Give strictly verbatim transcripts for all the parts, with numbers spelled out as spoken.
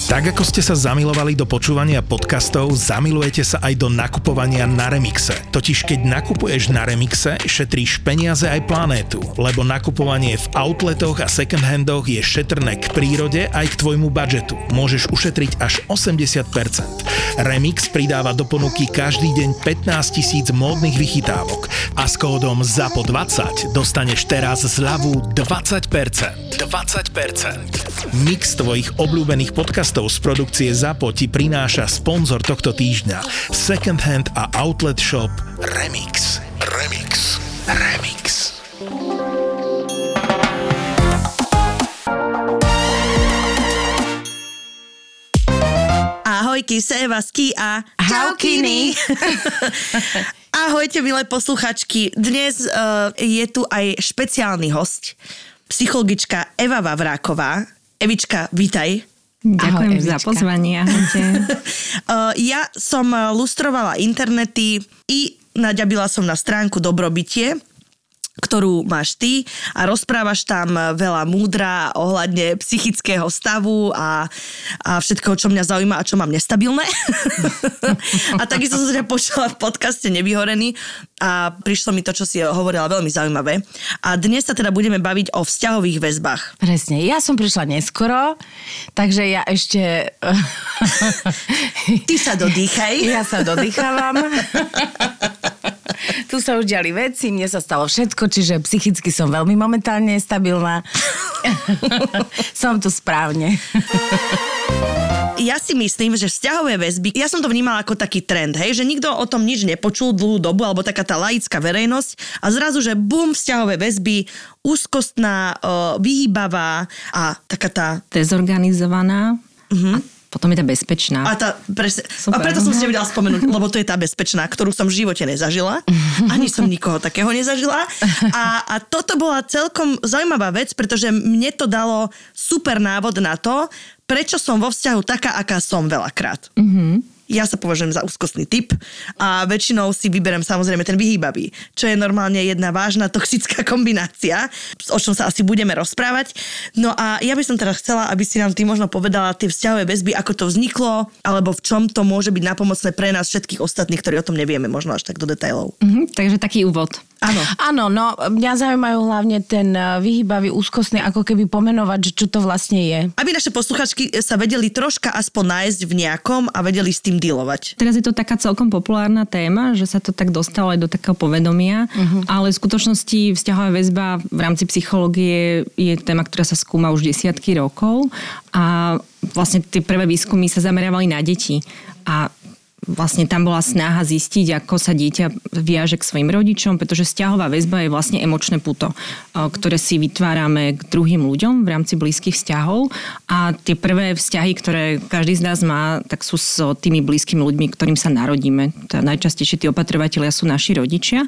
Tak ako ste sa zamilovali do počúvania podcastov, zamilujete sa aj do nakupovania na Remixe. Totiž keď nakupuješ na Remixe, šetríš peniaze aj planétu, lebo nakupovanie v outletoch a second handoch je šetrné k prírode aj k tvojmu budžetu. Môžeš ušetriť až osemdesiat percent. Remix pridáva do ponuky každý deň pätnásť tisíc módnych vychytávok a s kódom zápo dvadsať dostaneš teraz zľavu dvadsať percent. dvadsať percent. Mix tvojich obľúbených podcastov z produkcie ZAPO ti prináša sponzor tohto týždňa. Second hand a outlet shop Remix. Remix. Remix. Ahojky, Sevasky a Čaukiny. Ahojte, milé posluchačky. Dnes uh, je tu aj špeciálny hosť, psychologička Eva Vavráková. Evička, vítaj. Ďakujem Ahoj, za pozvanie. uh, ja som lustrovala internety i naďabila som na stránku Dobrobytie, ktorú máš ty a rozprávaš tam veľa múdra ohľadne psychického stavu a, a všetkého, čo mňa zaujíma a čo mám nestabilné. A takisto som sa ťa počula v podcaste Nevyhorený a prišlo mi to, čo si hovorila, veľmi zaujímavé. A dnes sa teda budeme baviť o vzťahových väzbách. Presne, ja som prišla neskoro, takže ja ešte... Ty sa dodýchaj. Ja sa dodýchavam. Tu sa už diali veci, mne sa stalo všetko, čiže psychicky som veľmi momentálne stabilná. Som tu správne. Ja si myslím, že vzťahové väzby, ja som to vnímala ako taký trend, hej, že nikto o tom nič nepočul dlhú dobu, alebo taká tá laická verejnosť a zrazu, že bum, vzťahové väzby, úzkostná, vyhýbavá a taká tá... Dezorganizovaná. Uh-huh. Potom je tá bezpečná. A, tá, presne, a preto som si ťa vedela spomenúť, lebo to je tá bezpečná, ktorú som v živote nezažila. Ani som nikoho takého nezažila. A, a toto bola celkom zaujímavá vec, pretože mne to dalo super návod na to, prečo som vo vzťahu taká, aká som veľakrát. Mhm. Ja sa považujem za úzkostný typ a väčšinou si vyberem samozrejme ten vyhýbavý, čo je normálne jedna vážna toxická kombinácia, o čom sa asi budeme rozprávať. No a ja by som teraz chcela, aby si nám ty možno povedala tie vzťahové väzby, ako to vzniklo, alebo v čom to môže byť napomocné pre nás všetkých ostatných, ktorí o tom nevieme možno až tak do detailov. Mhm, takže taký úvod. Áno. Áno, no mňa zaujímajú hlavne ten vyhýbavý, úzkostný, ako keby pomenovať, že čo to vlastne je. Aby naše posluchačky sa vedeli troška aspoň nájsť v nejakom a vedeli s tým dealovať. Teraz je to taká celkom populárna téma, že sa to tak dostalo aj do takého povedomia, uh-huh. ale v skutočnosti vzťahová väzba v rámci psychológie je téma, ktorá sa skúma už desiatky rokov a vlastne tie prvé výskumy sa zameriavali na deti a vlastne tam bola snaha zistiť, ako sa dieťa viaže k svojim rodičom, pretože vzťahová väzba je vlastne emočné puto, ktoré si vytvárame k druhým ľuďom v rámci blízkych vzťahov a tie prvé vzťahy, ktoré každý z nás má, tak sú s tými blízkymi ľuďmi, ktorým sa narodíme. Tá najčastejšie tí opatrovatelia sú naši rodičia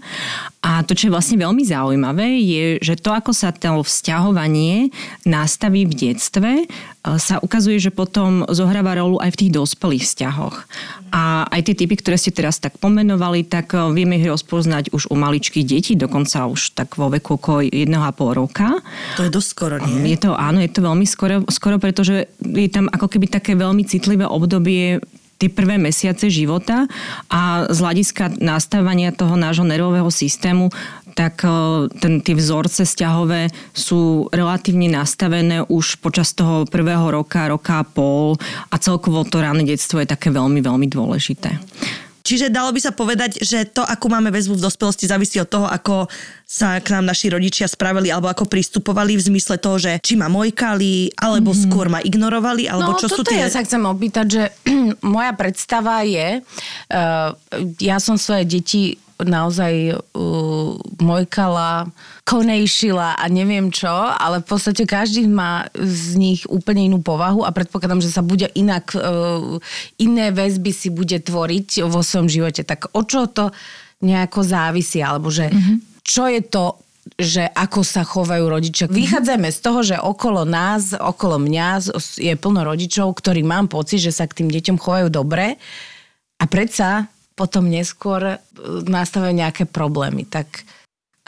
a to, čo je vlastne veľmi zaujímavé, je, že to, ako sa to vzťahovanie nastaví v detstve, sa ukazuje, že potom zohráva rolu aj v tých dospelých vzťahoch. A aj tie typy, ktoré ste teraz tak pomenovali, tak vieme ich rozpoznať už u maličkých detí, dokonca už tak vo veku okolo jedného a pol roka. To je dosť skoro, nie? Je to, áno, je to veľmi skoro, skoro, pretože je tam ako keby také veľmi citlivé obdobie tie prvé mesiace života a z hľadiska nastavania toho nášho nervového systému, tak ten, tie vzorce vzťahové sú relatívne nastavené už počas toho prvého roka, roka a pol a celkovo to ranné detstvo je také veľmi, veľmi dôležité. Čiže dalo by sa povedať, že to, ako máme väzbu v dospelosti, závisí od toho, ako sa k nám naši rodičia spravili alebo ako pristupovali v zmysle toho, že či ma mojkali, alebo mm-hmm. skôr ma ignorovali, alebo no, čo sú tie... No ja sa chcem opýtať, že moja predstava je, uh, ja som svoje deti naozaj uh, mojkala, konejšila a neviem čo, ale v podstate každý má z nich úplne inú povahu a predpokladám, že sa bude inak, uh, iné väzby si bude tvoriť vo svojom živote. Tak o čo to nejako závisí? Alebo že mm-hmm. čo je to, že ako sa chovajú rodičia? Mm-hmm. Vychádzajme z toho, že okolo nás, okolo mňa je plno rodičov, ktorí mám pocit, že sa k tým deťom chovajú dobre a predsa potom neskôr nastavujú nejaké problémy. Tak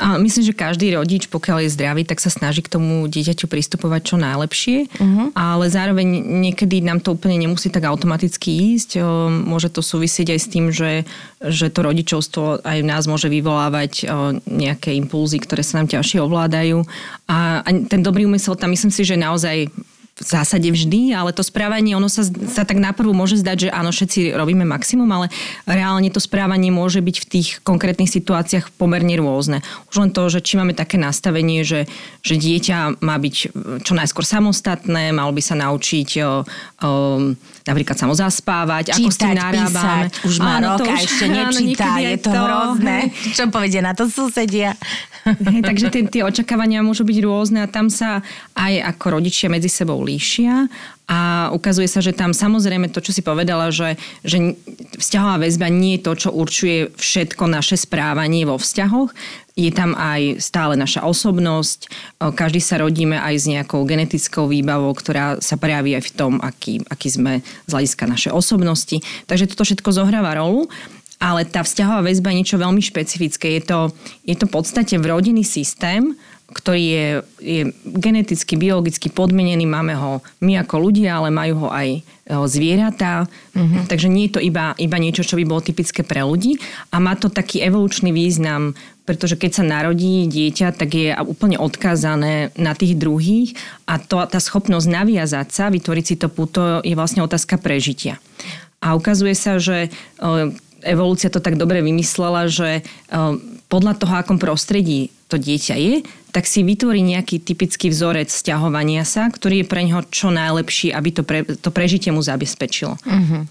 A myslím, že každý rodič, pokiaľ je zdravý, tak sa snaží k tomu dieťaťu pristupovať čo najlepšie, uh-huh. ale zároveň niekedy nám to úplne nemusí tak automaticky ísť. Môže to súvisieť aj s tým, že, že to rodičovstvo aj v nás môže vyvolávať nejaké impulzy, ktoré sa nám ťažšie ovládajú. A ten dobrý úmysel tam myslím si, že naozaj v zásade vždy, ale to správanie, ono sa, sa tak naprvu môže zdať, že áno, všetci robíme maximum, ale reálne to správanie môže byť v tých konkrétnych situáciách pomerne rôzne. Už len to, že či máme také nastavenie, že, že dieťa má byť čo najskôr samostatné, malo by sa naučiť o, o, napríklad samozaspávať, ako s tým narábame. Písať, už má áno, rok a ešte nečítá, áno, je to, to hrozné. Čo povedia na to susedia? Hej, takže tie, tie očakávania môžu byť rôzne a tam sa aj ako rodičia medzi sebou líšia a ukazuje sa, že tam samozrejme to, čo si povedala, že, že vzťahová väzba nie je to, čo určuje všetko naše správanie vo vzťahoch. Je tam aj stále naša osobnosť. Každý sa rodíme aj s nejakou genetickou výbavou, ktorá sa prejaví aj v tom, aký, aký sme z hľadiska našej osobnosti. Takže toto všetko zohráva rolu. Ale tá vzťahová väzba je niečo veľmi špecifické. Je to, je to v podstate rodinný systém, ktorý je, je geneticky, biologicky podmienený. Máme ho my ako ľudia, ale majú ho aj zvieratá. Mm-hmm. Takže nie je to iba, iba niečo, čo by bolo typické pre ľudí. A má to taký evolučný význam, pretože keď sa narodí dieťa, tak je úplne odkázané na tých druhých a to, tá schopnosť naviazať sa, vytvoriť si to puto, je vlastne otázka prežitia. A ukazuje sa, že evolúcia to tak dobre vymyslela, že podľa toho, akom prostredí to dieťa je, tak si vytvorí nejaký typický vzorec sťahovania sa, ktorý je pre ňoho čo najlepší, aby to, pre, to prežitie mu zabezpečilo. Uh-huh.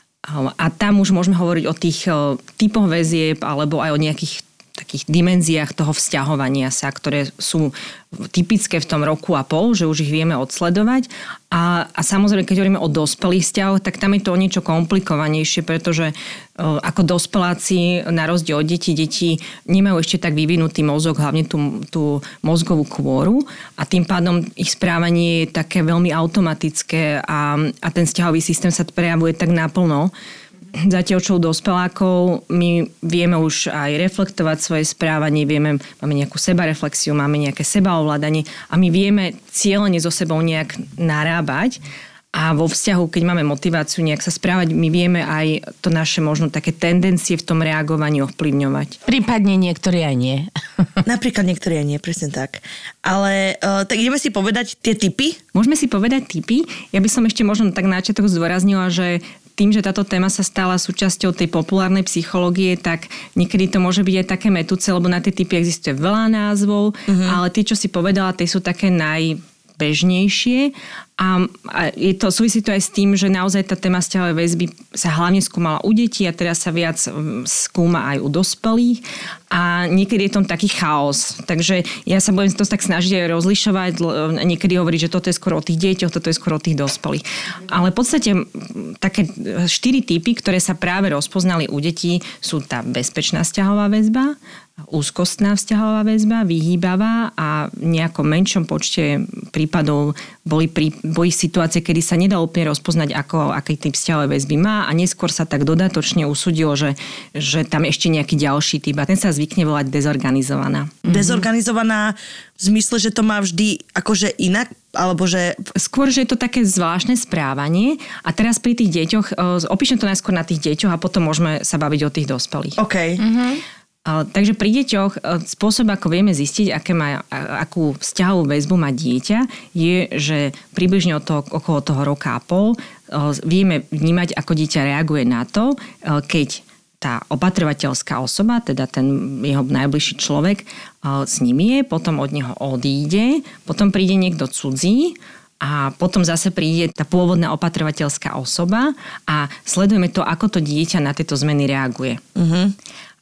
A tam už môžeme hovoriť o tých typoch väzieb alebo aj o nejakých takých dimenziách toho vzťahovania sa, ktoré sú typické v tom roku a pol, že už ich vieme odsledovať. A, a samozrejme, keď hovoríme o dospelých vzťahoch, tak tam je to o niečo komplikovanejšie, pretože o, ako dospeláci, na rozdiel od detí, deti nemajú ešte tak vyvinutý mozog, hlavne tú, tú mozgovú kôru a tým pádom ich správanie je také veľmi automatické a, a ten vzťahový systém sa prejavuje tak naplno. Zatiaľ čo u dospelákov my vieme už aj reflektovať svoje správanie, vieme, máme nejakú sebareflexiu, máme nejaké sebaovládanie a my vieme cieľene so sebou nejak narábať a vo vzťahu, keď máme motiváciu nejak sa správať, my vieme aj to naše možno také tendencie v tom reagovaní ovplyvňovať. Prípadne niektorí aj nie. Napríklad niektorí aj nie, presne tak. Ale uh, tak ideme si povedať tie tipy? Môžeme si povedať tipy. Ja by som ešte možno tak na začiatok zdôraznila, že tým, že táto téma sa stala súčasťou tej populárnej psychológie, tak niekedy to môže byť aj také metúce, lebo na tie typy existuje veľa názvov, uh-huh. ale tie, čo si povedala, tie sú také najbežnejšie. A, a je to, súvisí to aj s tým, že naozaj tá téma vzťahovej väzby sa hlavne skúmala u detí a teraz sa viac skúma aj u dospelých a niekedy je tam taký chaos. Takže ja sa budem to tak snažiť aj rozlišovať, niekedy hovoriť, že toto je skoro o tých deťoch, toto je skoro o tých dospelých. Ale v podstate také štyri typy, ktoré sa práve rozpoznali u detí, sú tá bezpečná vzťahová väzba, úzkostná vzťahová väzba, vyhýbavá a v nejakom menšom počte prípadov boli, prí, boli situácie, kedy sa nedalo úplne rozpoznať, ako, aký typ vzťahovej väzby má a neskôr sa tak dodatočne usúdilo, že, že tam ešte nejaký ďalší typ a ten sa zvykne volať dezorganizovaná. Dezorganizovaná v zmysle, že to má vždy akože inak? Alebo že... Skôr, že je to také zvláštne správanie a teraz pri tých deťoch, opíšem to najskôr na tých deťoch a potom môžeme sa baviť o tých dospelých. OK. Mhm. Takže pri deťoch spôsob, ako vieme zistiť, aké má, akú vzťahovú väzbu má dieťa, je, že približne od toho, okolo toho roka a pol vieme vnímať, ako dieťa reaguje na to, keď tá opatrovateľská osoba, teda ten jeho najbližší človek s ním je, potom od neho odíde, potom príde niekto cudzí, a potom zase príde tá pôvodná opatrovateľská osoba a sledujeme to, ako to dieťa na tieto zmeny reaguje. Uh-huh.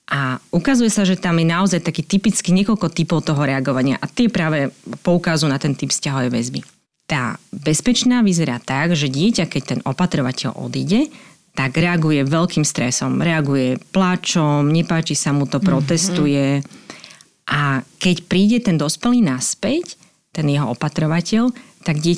A ukazuje sa, že tam je naozaj taký typický niekoľko typov toho reagovania a tie práve poukazujú na ten typ vzťahovej väzby. Tá bezpečná vyzerá tak, že dieťa, keď ten opatrovateľ odíde, tak reaguje veľkým stresom. Reaguje pláčom, nepáči sa mu to, protestuje. A keď príde ten dospelý naspäť, ten jeho opatrovateľ, tak dieťa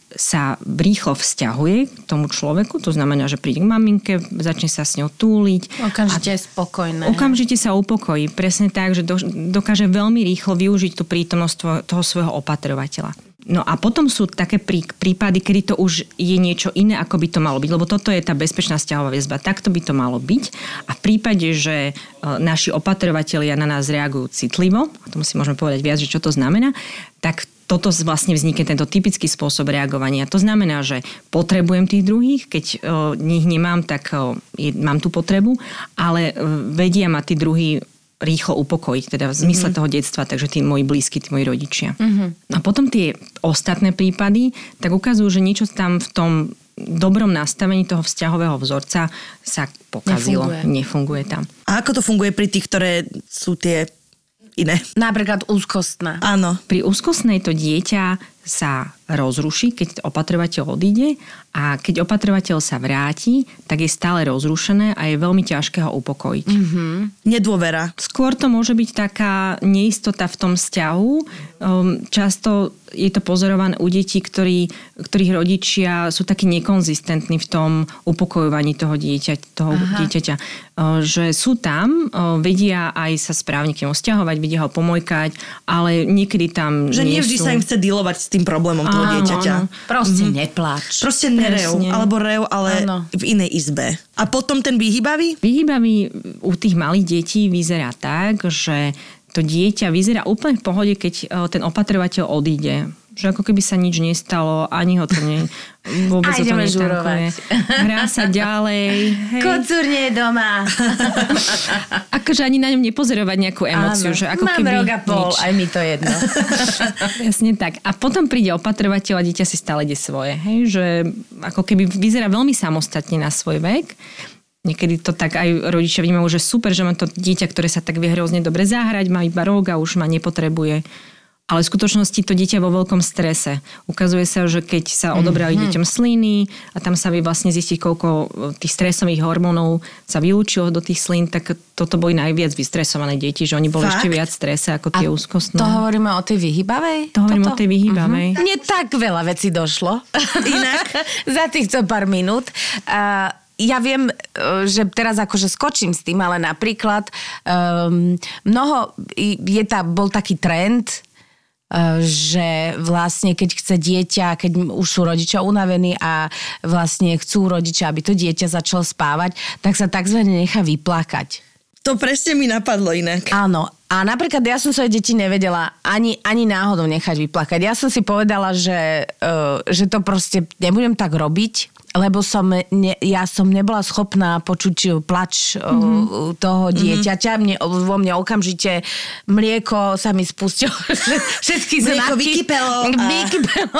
sa rýchlo vzťahuje k tomu človeku, to znamená, že príde k maminke, začne sa s ňou túliť. Okamžite je spokojné. Okamžite sa upokojí. Presne tak, že dokáže veľmi rýchlo využiť tú prítomnosť toho svojho opatrovateľa. No a potom sú také prí, prípady, kedy to už je niečo iné, ako by to malo byť, lebo toto je tá bezpečná vzťahová väzba. Takto by to malo byť. A v prípade, že naši opatrovatelia na nás reagujú citlivo, a tomu si môžeme povedať viac, že čo to znamená, tak toto vlastne vznikne tento typický spôsob reagovania. To znamená, že potrebujem tých druhých, keď o, nich nemám, tak o, je, mám tú potrebu, ale o, vedia ma tí druhí rýchlo upokojiť, teda v zmysle mm-hmm. toho detstva, takže tí moji blízky, tí moji rodičia. Mm-hmm. A potom tie ostatné prípady, tak ukazujú, že niečo tam v tom dobrom nastavení toho vzťahového vzorca sa pokazilo. Nefunguje. Nefunguje tam. A ako to funguje pri tých, ktoré sú tie iné? Napríklad úzkostná. Áno. Pri úzkostnej to dieťa sa rozruší, keď opatrovateľ odíde a keď opatrovateľ sa vráti, tak je stále rozrušené a je veľmi ťažké ho upokojiť. Mm-hmm. Nedôvera. Skôr to môže byť taká neistota v tom vzťahu. Často je to pozorované u detí, ktorí, ktorých rodičia sú takí nekonzistentní v tom upokojovaní toho, dieťa, toho dieťaťa. Že sú tam, vedia aj sa správne k nemu vzťahovať, vedia ho pomojkať, ale niekedy tam že nie nevždy sú... sa im chce dealovať s tým problémom toho áno, dieťaťa. Áno. Proste mm-hmm. nepláč. Proste nerev, Presne. alebo rev, ale áno. v inej izbe. A potom ten vyhýbavý? Vyhýbavý u tých malých detí vyzerá tak, že to dieťa vyzerá úplne v pohode, keď ten opatrovateľ odíde. Že ako keby sa nič nestalo, ani ho to ne, vôbec a to netankuje. Hrá sa ďalej. Hej. Kocúr nie je doma. Akože ani na ňom nepozorovať nejakú emóciu. Že ako mám keby rok a pol, nič. aj mi to jedno. Jasne tak. A potom príde opatrovateľ a dieťa si stále ide svoje. Hej? Že ako keby vyzerá veľmi samostatne na svoj vek. Niekedy to tak aj rodičia vnímajú, že super, že mám to dieťa, ktoré sa tak vie hrozne dobre zahrať, má iba rok a už ma nepotrebuje. Ale v skutočnosti to dieťa vo veľkom strese. Ukazuje sa, že keď sa odobrali mm-hmm. deťom sliny a tam sa vie vlastne zistiť, koľko tých stresových hormónov sa vylúčilo do tých slín, tak toto boli najviac vystresované deti, že oni boli Fakt? ešte viac v strese ako tie úzkostné. To hovoríme o tej vyhýbavej? To hovoríme toto? o tej vyhýbavej. Mm-hmm. Mne tak veľa vecí došlo. Inak? Za týchto pár minút. Uh, Ja viem, že teraz akože skočím s tým, ale napríklad um, mnoho, je tá, bol taký trend, že vlastne keď chce dieťa, keď už sú rodičia unavení a vlastne chcú rodičia, aby to dieťa začalo spávať, tak sa takzvané nechá vyplakať. To presne mi napadlo inak. Áno. A napríklad ja som svoje deti nevedela ani, ani náhodou nechať vyplakať. Ja som si povedala, že, uh, že to proste nebudem tak robiť, lebo som ne, ja som nebola schopná počuť plač mm-hmm. toho dieťaťa. Mne, vo mne okamžite mlieko sa mi spustilo. Všetky znaky. Mlieko vykypelo. Vykypelo.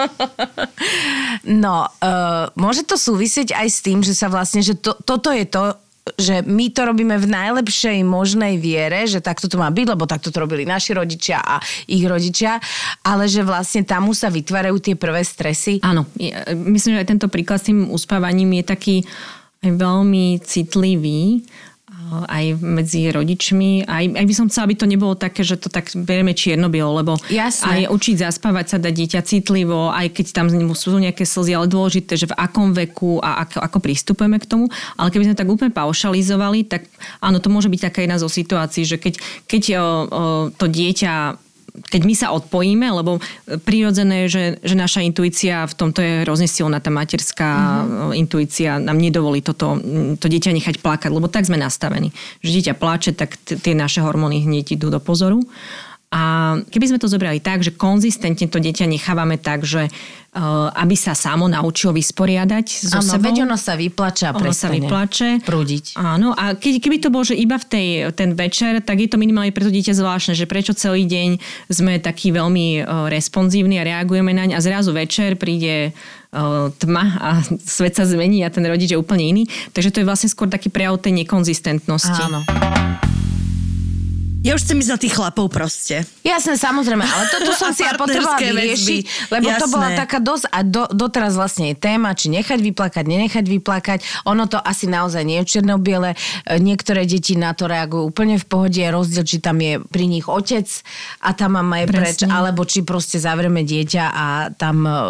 No, uh, môže to súvisieť aj s tým, že sa vlastne, že to, toto je to, že my to robíme v najlepšej možnej viere, že takto to má byť, lebo takto to robili naši rodičia a ich rodičia, ale že vlastne tam už sa vytvárajú tie prvé stresy. Áno, myslím, že aj tento príklad s tým uspávaním je taký aj veľmi citlivý, aj medzi rodičmi. Aj, aj by som chcela, aby to nebolo také, že to tak berieme čierno-bielo, lebo Jasne. aj učiť zaspávať sa dá dieťa citlivo, aj keď tam sú nejaké slzy, ale dôležité, že v akom veku a ako, ako pristupujeme k tomu. Ale keby sme tak úplne paušalizovali, tak áno, to môže byť taká jedna zo situácií, že keď, keď o, o, to dieťa keď my sa odpojíme, lebo prirodzené je, že, že naša intuícia v tomto je hrozne silná, tá materská uh-huh. intuícia nám nedovolí toto, to dieťa nechať plakať, lebo tak sme nastavení. Že dieťa plače, tak t- tie naše hormóny hneď idú do pozoru. A keby sme to zobrali tak, že konzistentne to dieťa nechávame tak, že uh, aby sa samo naučilo vysporiadať so áno, sebou. veď ono sa vyplače a ono sa vyplače. Prúdiť. Áno, a keď, keby to bolo, že iba v tej, ten večer, tak je to minimálne pre to dieťa zvláštne, že prečo celý deň sme takí veľmi uh, responsívni a reagujeme naň a zrazu večer príde uh, tma a svet sa zmení a ten rodič je úplne iný. Takže to je vlastne skôr taký prejav tej nekonzistentnosti. Áno. Ja už chcem ísť na tých chlapov proste. Jasné, samozrejme, ale toto som si ja potrebovala vyriešiť, lebo Jasné. to bola taká dosť, a do, doteraz vlastne je téma, či nechať vyplakať, nenechať vyplakať. Ono to asi naozaj nie je čierno-biele. Niektoré deti na to reagujú úplne v pohode. Je rozdiel, či tam je pri nich otec a tam mama je preč, alebo či proste zavrieme dieťa a tam uh,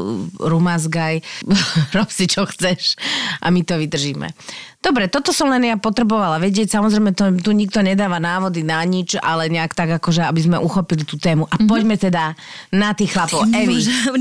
rumazgaj, rob si čo chceš a my to vydržíme. Dobre, toto som len ja potrebovala vedieť. Samozrejme, to, tu nikto nedáva návody na nič, ale nejak tak akože, aby sme uchopili tú tému. A poďme teda na tých chlapov. Evi.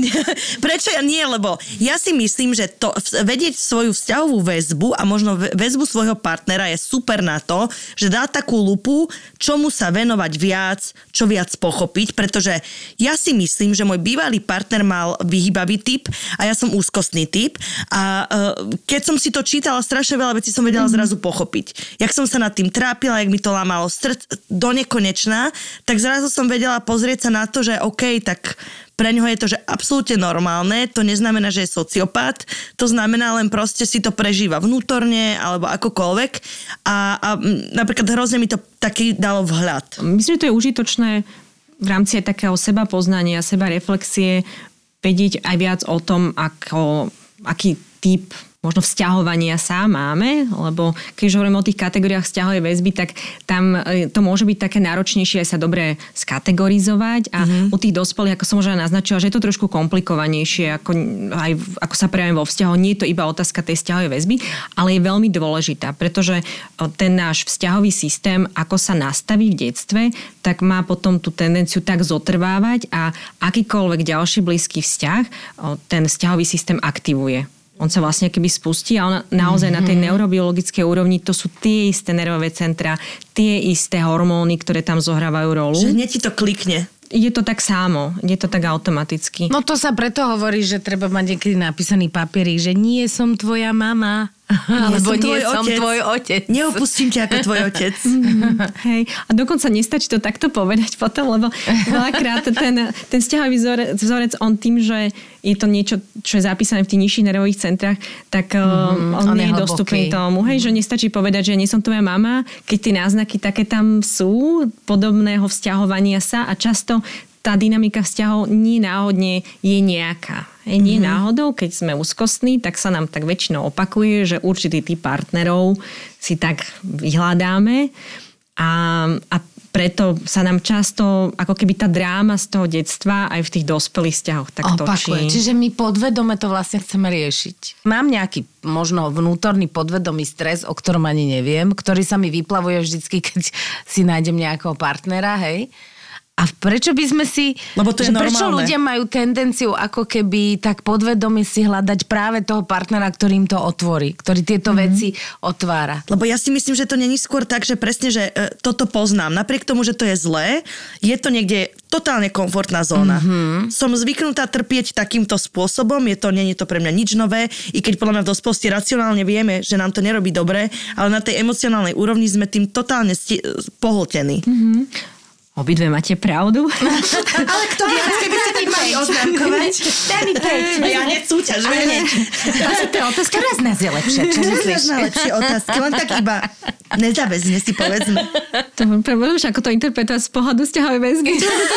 Prečo ja nie? Lebo ja si myslím, že to vedieť svoju vzťahovú väzbu a možno väzbu svojho partnera je super na to, že dá takú lupu, čomu sa venovať viac, čo viac pochopiť, pretože ja si myslím, že môj bývalý partner mal vyhýbavý typ a ja som úzkostný typ a uh, keď som si to čítala, strašne veľa vecí som vedela zrazu pochopiť. Jak som sa nad tým trápila, jak mi to lámalo srdc do nekonečná, tak zrazu som vedela pozrieť sa na to, že OK, tak pre ňoho je to, že absolútne normálne, to neznamená, že je sociopat, to znamená len proste si to prežíva vnútorne alebo akokoľvek a, a napríklad hrozne mi to taký dalo vhľad. Myslím, že to je užitočné v rámci aj takého seba poznania, seba reflexie, vedieť aj viac o tom, ako, aký typ možno vzťahovania sa máme, lebo keď hovoríme o tých kategóriách vzťahovej väzby, tak tam to môže byť také náročnejšie aj sa dobre skategorizovať a mm-hmm. u tých dospelých, ako som už aj naznačila, že je to trošku komplikovanejšie, ako, aj, ako sa prejavíme vo vzťahu. Nie je to iba otázka tej vzťahovej väzby, ale je veľmi dôležitá, pretože ten náš vzťahový systém, ako sa nastaví v detstve, tak má potom tú tendenciu tak zotrvávať a akýkoľvek ďalší blízky vzťah ten vzťahový systém aktivuje. On sa vlastne keby spustí a on naozaj mm-hmm. na tej neurobiologickej úrovni to sú tie isté nervové centra, tie isté hormóny, ktoré tam zohrávajú rolu. Že hneď ti to klikne. Je to tak samo, je to tak automaticky. No to sa preto hovorí, že treba mať niekedy napísaný papierik, že nie som tvoja mama. Nie Alebo som tvoj nie som otec. tvoj otec. Neopustím ťa ako tvoj otec. Mm, hej. A dokonca nestačí to takto povedať potom, lebo veľakrát ten, ten vzťahový vzorec, vzorec, on tým, že je to niečo, čo je zapísané v tých nižších nervových centrách, tak mm, on, on nie je dostupný tomu. Hej, že nestačí povedať, že nie som tvoja mama, keď tie náznaky také tam sú, podobného vzťahovania sa a často tá dynamika vzťahov nie náhodne je nejaká. Je nie mm-hmm. náhodou, keď sme úzkostní, tak sa nám tak väčšinou opakuje, že určitý typ partnerov si tak vyhľadáme a, a preto sa nám často, ako keby tá dráma z toho detstva aj v tých dospelých vzťahoch tak opakuje. točí. Čiže my podvedome to vlastne chceme riešiť. Mám nejaký možno vnútorný podvedomý stres, o ktorom ani neviem, ktorý sa mi vyplavuje vždycky, keď si nájdem nejakého partnera, hej? A prečo by sme si... Lebo to je normálne. Prečo ľudia majú tendenciu ako keby tak podvedome si hľadať práve toho partnera, ktorým to otvorí, ktorý tieto mm-hmm. veci otvára? Lebo ja si myslím, že to není skôr tak, že presne, že e, toto poznám. Napriek tomu, že to je zlé, je to niekde totálne komfortná zóna. Mm-hmm. Som zvyknutá trpieť takýmto spôsobom, je to, nie je to pre mňa nič nové, i keď podľa mňa v dospelosti racionálne vieme, že nám to nerobí dobre, ale na tej emocionálnej úrovni sme tým totálne sti- pohltení. Mm-hmm. Obidve máte pravdu. Ale kto vie, keby ste tým mali oznámkovať? Daj mi päť. Ja hneď súťaž, hneď. To je otázka. Ktorá z nás je lepšia? Čo myslíš? Ktorá lepšie otázky? Len tak iba nezáväzne si povedzme. To problém, že ako to interpretovať z pohľadu vzťahovej väzby.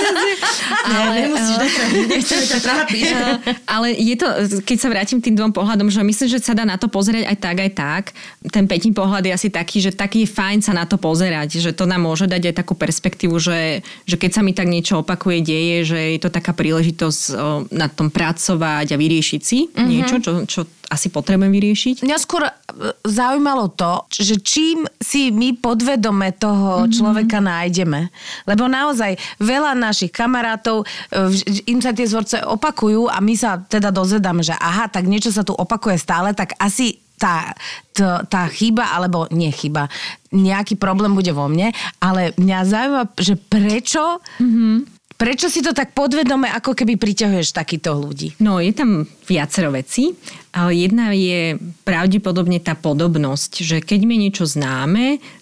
Ale nemusíš natrafiť, nechceme ťa trápiť. Ale je to, keď sa vrátim tým dvom pohľadom, že myslím, že sa dá na to pozerať aj tak, aj tak. Ten päťný pohľad je asi taký, že taký je fajn sa na to pozerať, že to nám môže dať aj takú perspektívu, že že keď sa mi tak niečo opakuje, deje, že je to taká príležitosť o, na tom pracovať a vyriešiť si mm-hmm. niečo, čo, čo asi potrebujem vyriešiť. Mňa skôr zaujímalo to, že čím si my podvedome toho mm-hmm. človeka nájdeme. Lebo naozaj veľa našich kamarátov, im sa tie vzorce opakujú a my sa teda dozvedáme, že aha, tak niečo sa tu opakuje stále, tak asi tá, tá, tá chyba, alebo nie chyba, nejaký problém bude vo mne, ale mňa zaujíma, že prečo, mm-hmm. prečo si to tak podvedome, ako keby priťahuješ takýchto ľudí? No, je tam viacero vecí, ale jedna je pravdepodobne tá podobnosť, že keď mi niečo známe,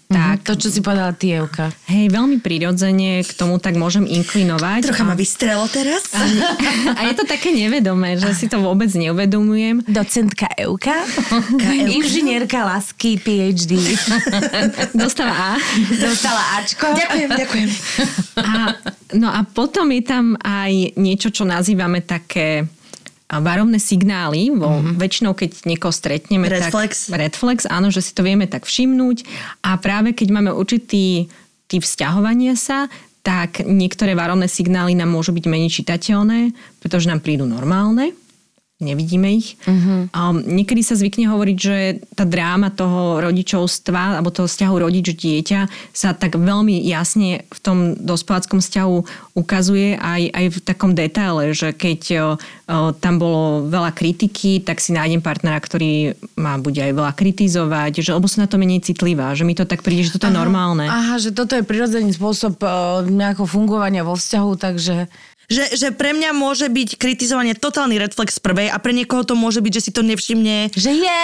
Tak. To, čo si povedala ty, Evka. Hej, veľmi prirodzene k tomu tak môžem inklinovať. Trocha a... ma vystrelo teraz. A, a je to také nevedomé, že si to vôbec neuvedomujem. Docentka Evka, inžinierka lásky, pé há dé. Dostala A. Dostala Ačko. Ďakujem, ďakujem. A, no a potom je tam aj niečo, čo nazývame také varovné signály, vo, mm-hmm. väčšinou keď niekoho stretneme, red tak flags. red flags, áno, že si to vieme tak všimnúť a práve keď máme určitý typ vzťahovania sa, tak niektoré varovné signály nám môžu byť menej čitateľné, pretože nám prídu normálne, nevidíme ich. Uh-huh. Um, niekedy sa zvykne hovoriť, že tá dráma toho rodičovstva alebo toho vzťahu rodič-dieťa sa tak veľmi jasne v tom dospeláckom vzťahu ukazuje aj, aj v takom detaile, že keď o, o, tam bolo veľa kritiky, tak si nájdem partnera, ktorý ma bude aj veľa kritizovať, že lebo som na to menej citlivá, že mi to tak príde, že toto je normálne. Aha, že toto je prirodzený spôsob o, nejakého fungovania vo vzťahu, takže... Že, že pre mňa môže byť kritizovanie totálny red flag z prvej a pre niekoho to môže byť, že si to nevšimne. Že je.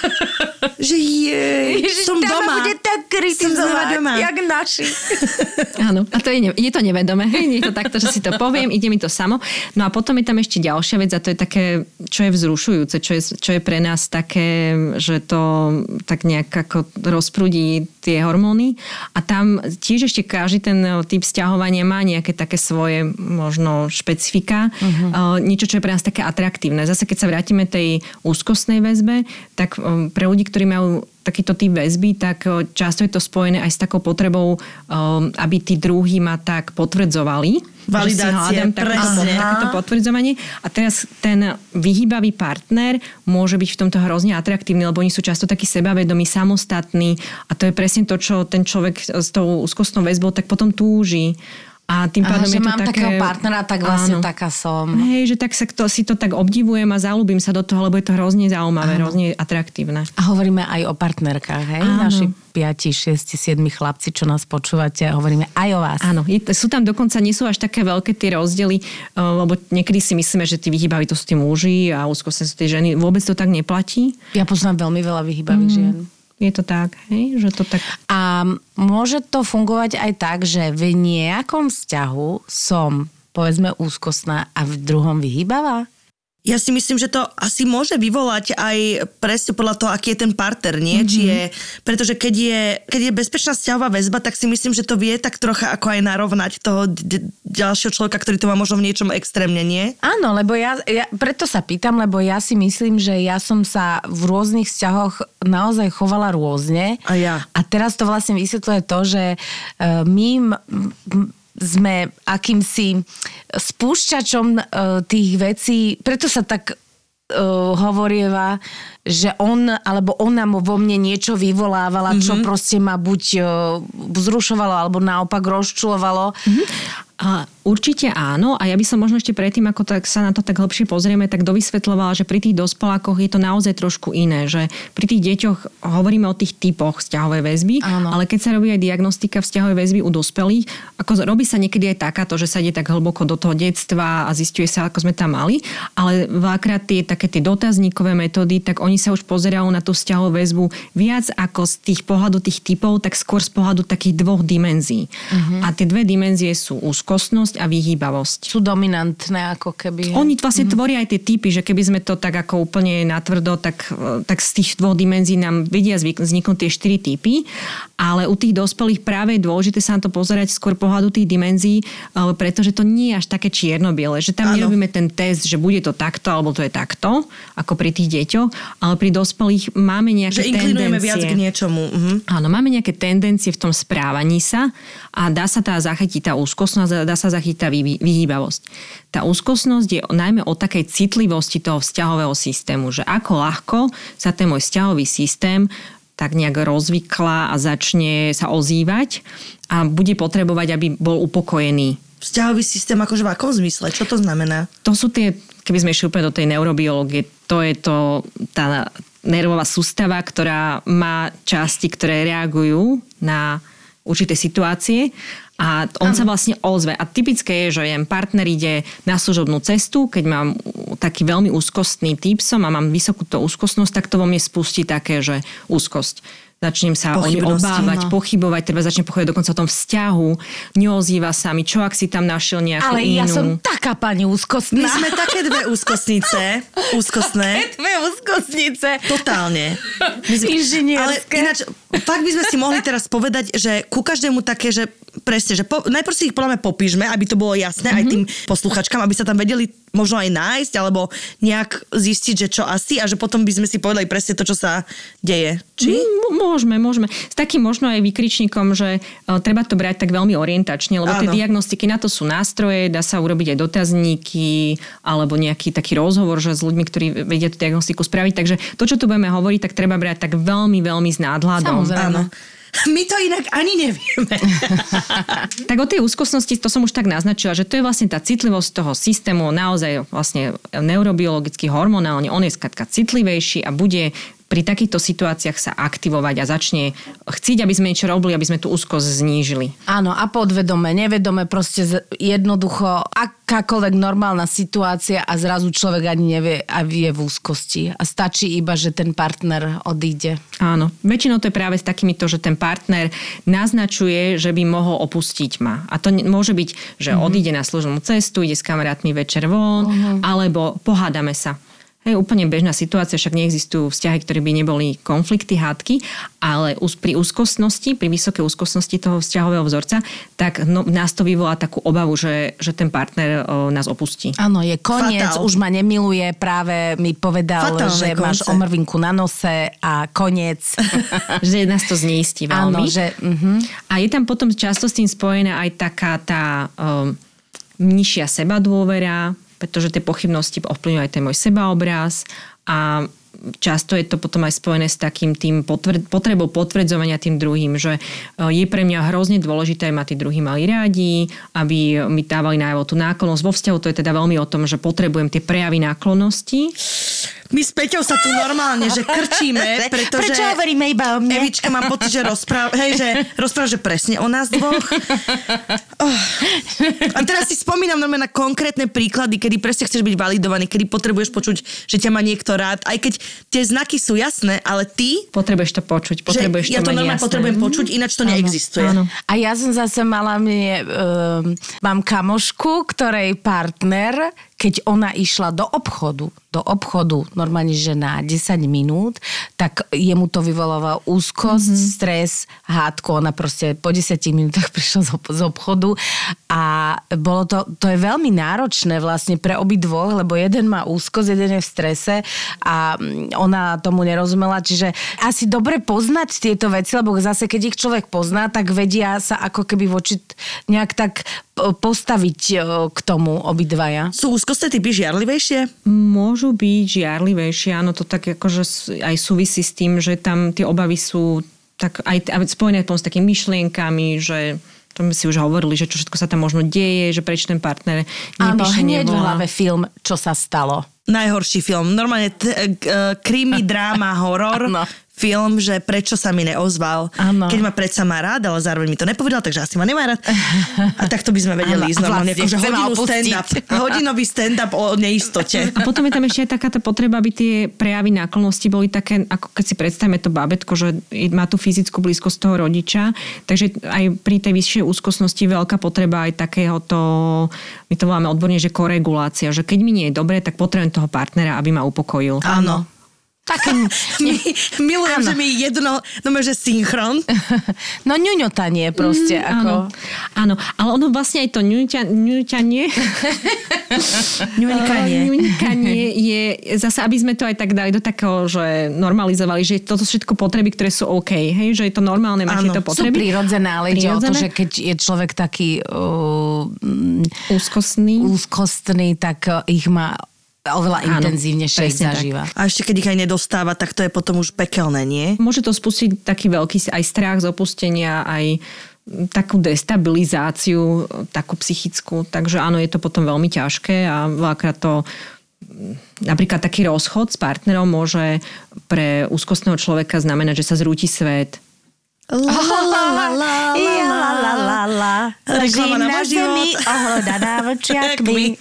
Že je. Ježiš, som doma. bude tak kritizovať, doma. jak naši. Áno, a to je, ne, je to nevedomé. Nie je to takto, že si to poviem, ide mi to samo. No a potom je tam ešte ďalšia vec a to je také, čo je vzrušujúce, čo je, čo je pre nás také, že to tak nejak ako rozprúdi tie hormóny. A tam tiež ešte každý ten typ vzťahovania má nejaké také svoje možno špecifika, uh-huh. niečo, čo je pre nás také atraktívne. Zase, keď sa vrátime tej úzkostnej väzbe, tak pre ľudí, ktorí majú takýto typ väzby, tak často je to spojené aj s takou potrebou, aby tí druhí ma tak potvrdzovali. Validácia, presne. Takéto potvrdzovanie. A teraz ten vyhýbavý partner môže byť v tomto hrozne atraktívny, lebo oni sú často takí sebavedomí, samostatní a to je presne to, čo ten človek s tou úzkostnou väzbou tak potom túži. A tým pádom Aha, je to mám také... takého partnera, tak vlastne áno. taká som. Hej, že tak sa to, si to tak obdivujem a zaľúbim sa do toho, lebo je to hrozne zaujímavé, áno. hrozne atraktívne. A hovoríme aj o partnerkách, hej? Áno. Naši piati, šiesti, siedmi chlapci, čo nás počúvate, hovoríme aj o vás. Áno, je, sú tam dokonca, nie sú až také veľké tie rozdiely, lebo niekedy si myslíme, že tí vyhýbaví to sú tí muži a úzkostné sú tie ženy. Vôbec to tak neplatí. Ja poznám veľmi veľa vyhýbavých mm. žien. Je to tak, hej? Že to tak... A môže to fungovať aj tak, že v nejakom vzťahu som, povedzme, úzkostná a v druhom vyhýbavá? Ja si myslím, že to asi môže vyvolať aj presne podľa toho, aký je ten partner, nie? Mm-hmm. Či je, pretože keď je, keď je bezpečná vzťahová väzba, tak si myslím, že to vie tak trocha ako aj narovnať toho d- ďalšieho človeka, ktorý to má možno v niečom extrémne, nie? Áno, lebo ja, ja preto sa pýtam, lebo ja si myslím, že ja som sa v rôznych vzťahoch naozaj chovala rôzne. A ja. A teraz to vlastne vysvetľuje to, že uh, my m- m- sme akýmsi spúšťačom uh, tých vecí, preto sa tak uh, hovorieva, že on alebo ona vo mne niečo vyvolávala, mm-hmm. čo proste ma buď uh, vzrušovalo alebo naopak rozčulovalo. Mm-hmm. A určite áno a ja by som možno ešte predtým, ako tak sa na to tak hlbšie pozrieme, tak dovysvetľovala, že pri tých dospelákoch je to naozaj trošku iné, že pri tých deťoch hovoríme o tých typoch vzťahovej väzby, áno. ale keď sa robí aj diagnostika vzťahovej väzby u dospelých, ako robí sa niekedy aj takáto, že sa ide tak hlboko do toho detstva a zisťuje sa, ako sme tam mali, ale veľakrát tie také tie dotazníkové metódy, tak oni sa už pozerajú na tú vzťahovú väzbu viac ako z tých pohľadu tých typov, tak skôr z pohľadu takých dvoch dimenzií. Uh-huh. A tie dve dimenzie sú úzkostnosť a vyhýbavosť. Sú dominantné ako keby. Oni vlastne mm-hmm. tvoria aj tie typy, že keby sme to tak ako úplne natvrdo, tak, tak z tých dvoch dimenzií nám vedia vzniknúť tie štyri typy, ale u tých dospelých práve je dôležité sa na to pozerať skôr pohľadu tých dimenzií, pretože to nie je až také čierno-biele, že tam Áno. nerobíme ten test, že bude to takto, alebo to je takto, ako pri tých deťoch, ale pri dospelých máme nejaké že tendencie. Že inklinujeme viac k niečomu. Mhm. Áno, máme nejaké tendencie v tom správaní sa a dá sa tá zachytiť tá úzkostnosť, dá sa zachytiť tá vyhýbavosť. Tá úzkostnosť je najmä o takej citlivosti toho vzťahového systému, že ako ľahko sa ten môj vzťahový systém tak nejak rozvyklá a začne sa ozývať a bude potrebovať, aby bol upokojený. Vzťahový systém akože v akom zmysle? Čo to znamená? To sú tie, keby sme išli úplne do tej neurobiológie, to je to tá nervová sústava, ktorá má časti, ktoré reagujú na určité situácie a on Aha. sa vlastne ozve. A typické je, že jen partner ide na služobnú cestu, keď mám taký veľmi úzkostný typ som a mám vysokú to úzkostnosť, tak to vo mne spustí také, že úzkosť. začnem sa o ňu obávať, no. pochybovať, treba začne pochybovať dokonca o tom vzťahu, neozýva sa mi, čo ak si tam našiel nejakú Ale inú. Ale ja som taká pani úzkostná. My sme také dve úzkostnice, úzkostné. Také dve úzkostnice. Totálne. Inžinierské. Ale ináč, fakt by sme si mohli teraz povedať, že ku každému také, že presne, že po, najprv si ich podľa mňa popíšme, aby to bolo jasné mm-hmm. aj tým posluchačkám, aby sa tam vedeli možno aj nájsť, alebo nejak zistiť, že čo asi a že potom by sme si povedali presne to, čo sa deje. Či? M- môžeme, môžeme. S takým možno aj výkričníkom, že uh, treba to brať tak veľmi orientačne, lebo Áno. tie diagnostiky na to sú nástroje, dá sa urobiť aj dotazníky, alebo nejaký taký rozhovor, že s ľuďmi, ktorí vedia tú diagnostiku spraviť. Takže to, čo tu budeme hovoriť, tak treba brať tak veľmi, veľmi s nadhľadom. Áno. My to inak ani nevieme. Tak o tej úzkostnosti, to som už tak naznačila, že to je vlastne tá citlivosť toho systému, naozaj vlastne neurobiologicky, hormonálne, on je skrátka citlivejší a bude pri takýchto situáciách sa aktivovať a začne chcieť, aby sme niečo robili, aby sme tú úzkosť znížili. Áno, a podvedome, nevedome, proste jednoducho akákoľvek normálna situácia a zrazu človek ani nevie a je v úzkosti. A stačí iba, že ten partner odíde. Áno, väčšinou to je práve s takýmito, že ten partner naznačuje, že by mohol opustiť ma. A to môže byť, že mm-hmm. odíde na služobnú cestu, ide s kamarátmi večer von, mm-hmm. alebo pohádame sa. Hej, úplne bežná situácia, však neexistujú vzťahy, ktoré by neboli konflikty, hádky, ale pri úzkostnosti, pri vysokej úzkostnosti toho vzťahového vzorca, tak no, nás to vyvolá takú obavu, že, že ten partner o, nás opustí. Áno, je koniec, Fatál. Už ma nemiluje, práve mi povedal, Fatálne že konce. Máš omrvinku na nose a koniec. Že nás to zneistí veľmi. Áno, že... Uh-huh. A je tam potom často s tým spojená aj taká tá um, nižšia sebadôvera, pretože tie pochybnosti ovplyvňujú aj ten môj sebaobraz a často je to potom aj spojené s takým tým potvr- potrebou potvrdzovania tým druhým, že je pre mňa hrozne dôležité, aby ma tí druhí mali rádi, aby mi dávali najavo tú náklonnosť. Vo vzťahu to je teda veľmi o tom, že potrebujem tie prejavy náklonnosti. My s Peťou sa tu normálne, že krčíme, pretože... Prečo hovoríme iba o mne? Evička, mám pocit, že rozpráva, hej, že rozpráva, že presne o nás dvoch. Oh. A teraz si spomínam normálne na konkrétne príklady, kedy presne chceš byť validovaný, kedy potrebuješ počuť, že ťa má niekto rád, aj keď tie znaky sú jasné, ale ty... Potrebuješ to počuť, potrebuješ to ja to mať normálne jasné. potrebujem počuť, ináč to áno, neexistuje. Áno. A ja som zase mala mne... Uh, mám kamošku, ktorej partner... keď ona išla do obchodu, do obchodu normálne, že na desať minút, tak jemu to vyvolával úzkosť, mm-hmm. stres, hádku. Ona proste po desiatich minútach prišla z obchodu a bolo to, to je veľmi náročné vlastne pre obidvoch, lebo jeden má úzkosť, jeden je v strese a ona tomu nerozumela, čiže asi dobre poznať tieto veci, lebo zase keď ich človek pozná, tak vedia sa ako keby voči nejak tak postaviť k tomu obidvaja. Sú úzkostné typy žiarlivejšie? Môžu byť žiarlivejšie, áno, to tak akože aj súvisí s tým, že tam tie obavy sú tak aj spojené s takými myšlienkami, že to sme si už hovorili, že čo všetko sa tam možno deje, že prečo ten partner nepíše, áno, hneď nevolá. v hlave film, čo sa stalo. Najhorší film. Normálne t- k- krimi, dráma, horor. No. Film, že prečo sa mi neozval. Ano. Keď ma predsa má rád, ale zároveň mi to nepovedal, takže asi ma nemá rád. A takto by sme vedeli ísť normálne. Vlastne, hodinu stand-up. Hodinový stand-up o neistote. A potom je tam ešte aj taká tá potreba, aby tie prejavy náklonnosti boli také, ako keď si predstavíme to bábätko, že má tú fyzickú blízkosť toho rodiča. Takže aj pri tej vyššej úzkostnosti veľká potreba aj takéhoto, my to voláme odborne, že koregulácia. Že keď mi nie je dobre, tak potrebujem toho partnera, aby ma upokojil. Áno. Tak, My, milujem, áno. Že mi jedno, no že synchron. No ňuňotanie proste. Mm, ako... Áno. áno, ale ono vlastne aj to ňuňťa, ňuňťanie ňuňkanie. ňuňkanie je zase, aby sme to aj tak dali do takého, že normalizovali, že toto všetko potreby, ktoré sú OK, hej, že je to normálne mať tieto potreby. Sú prirodzené, ale ide o to, že keď je človek taký uh, úzkostný, úzkostný, tak uh, ich má oveľa áno, intenzívnejšie ich zažíva. Tak. A ešte keď ich aj nedostáva, tak to je potom už pekelné, nie? Môže to spustiť taký veľký aj strach z opustenia, aj takú destabilizáciu, takú psychickú. Takže áno, je to potom veľmi ťažké a veľakrát to napríklad taký rozchod s partnerom môže pre úzkostného človeka znamenať, že sa zrúti svet. La la la la la la la la. Ležím na zemi, ohlodaná vlčiakmi.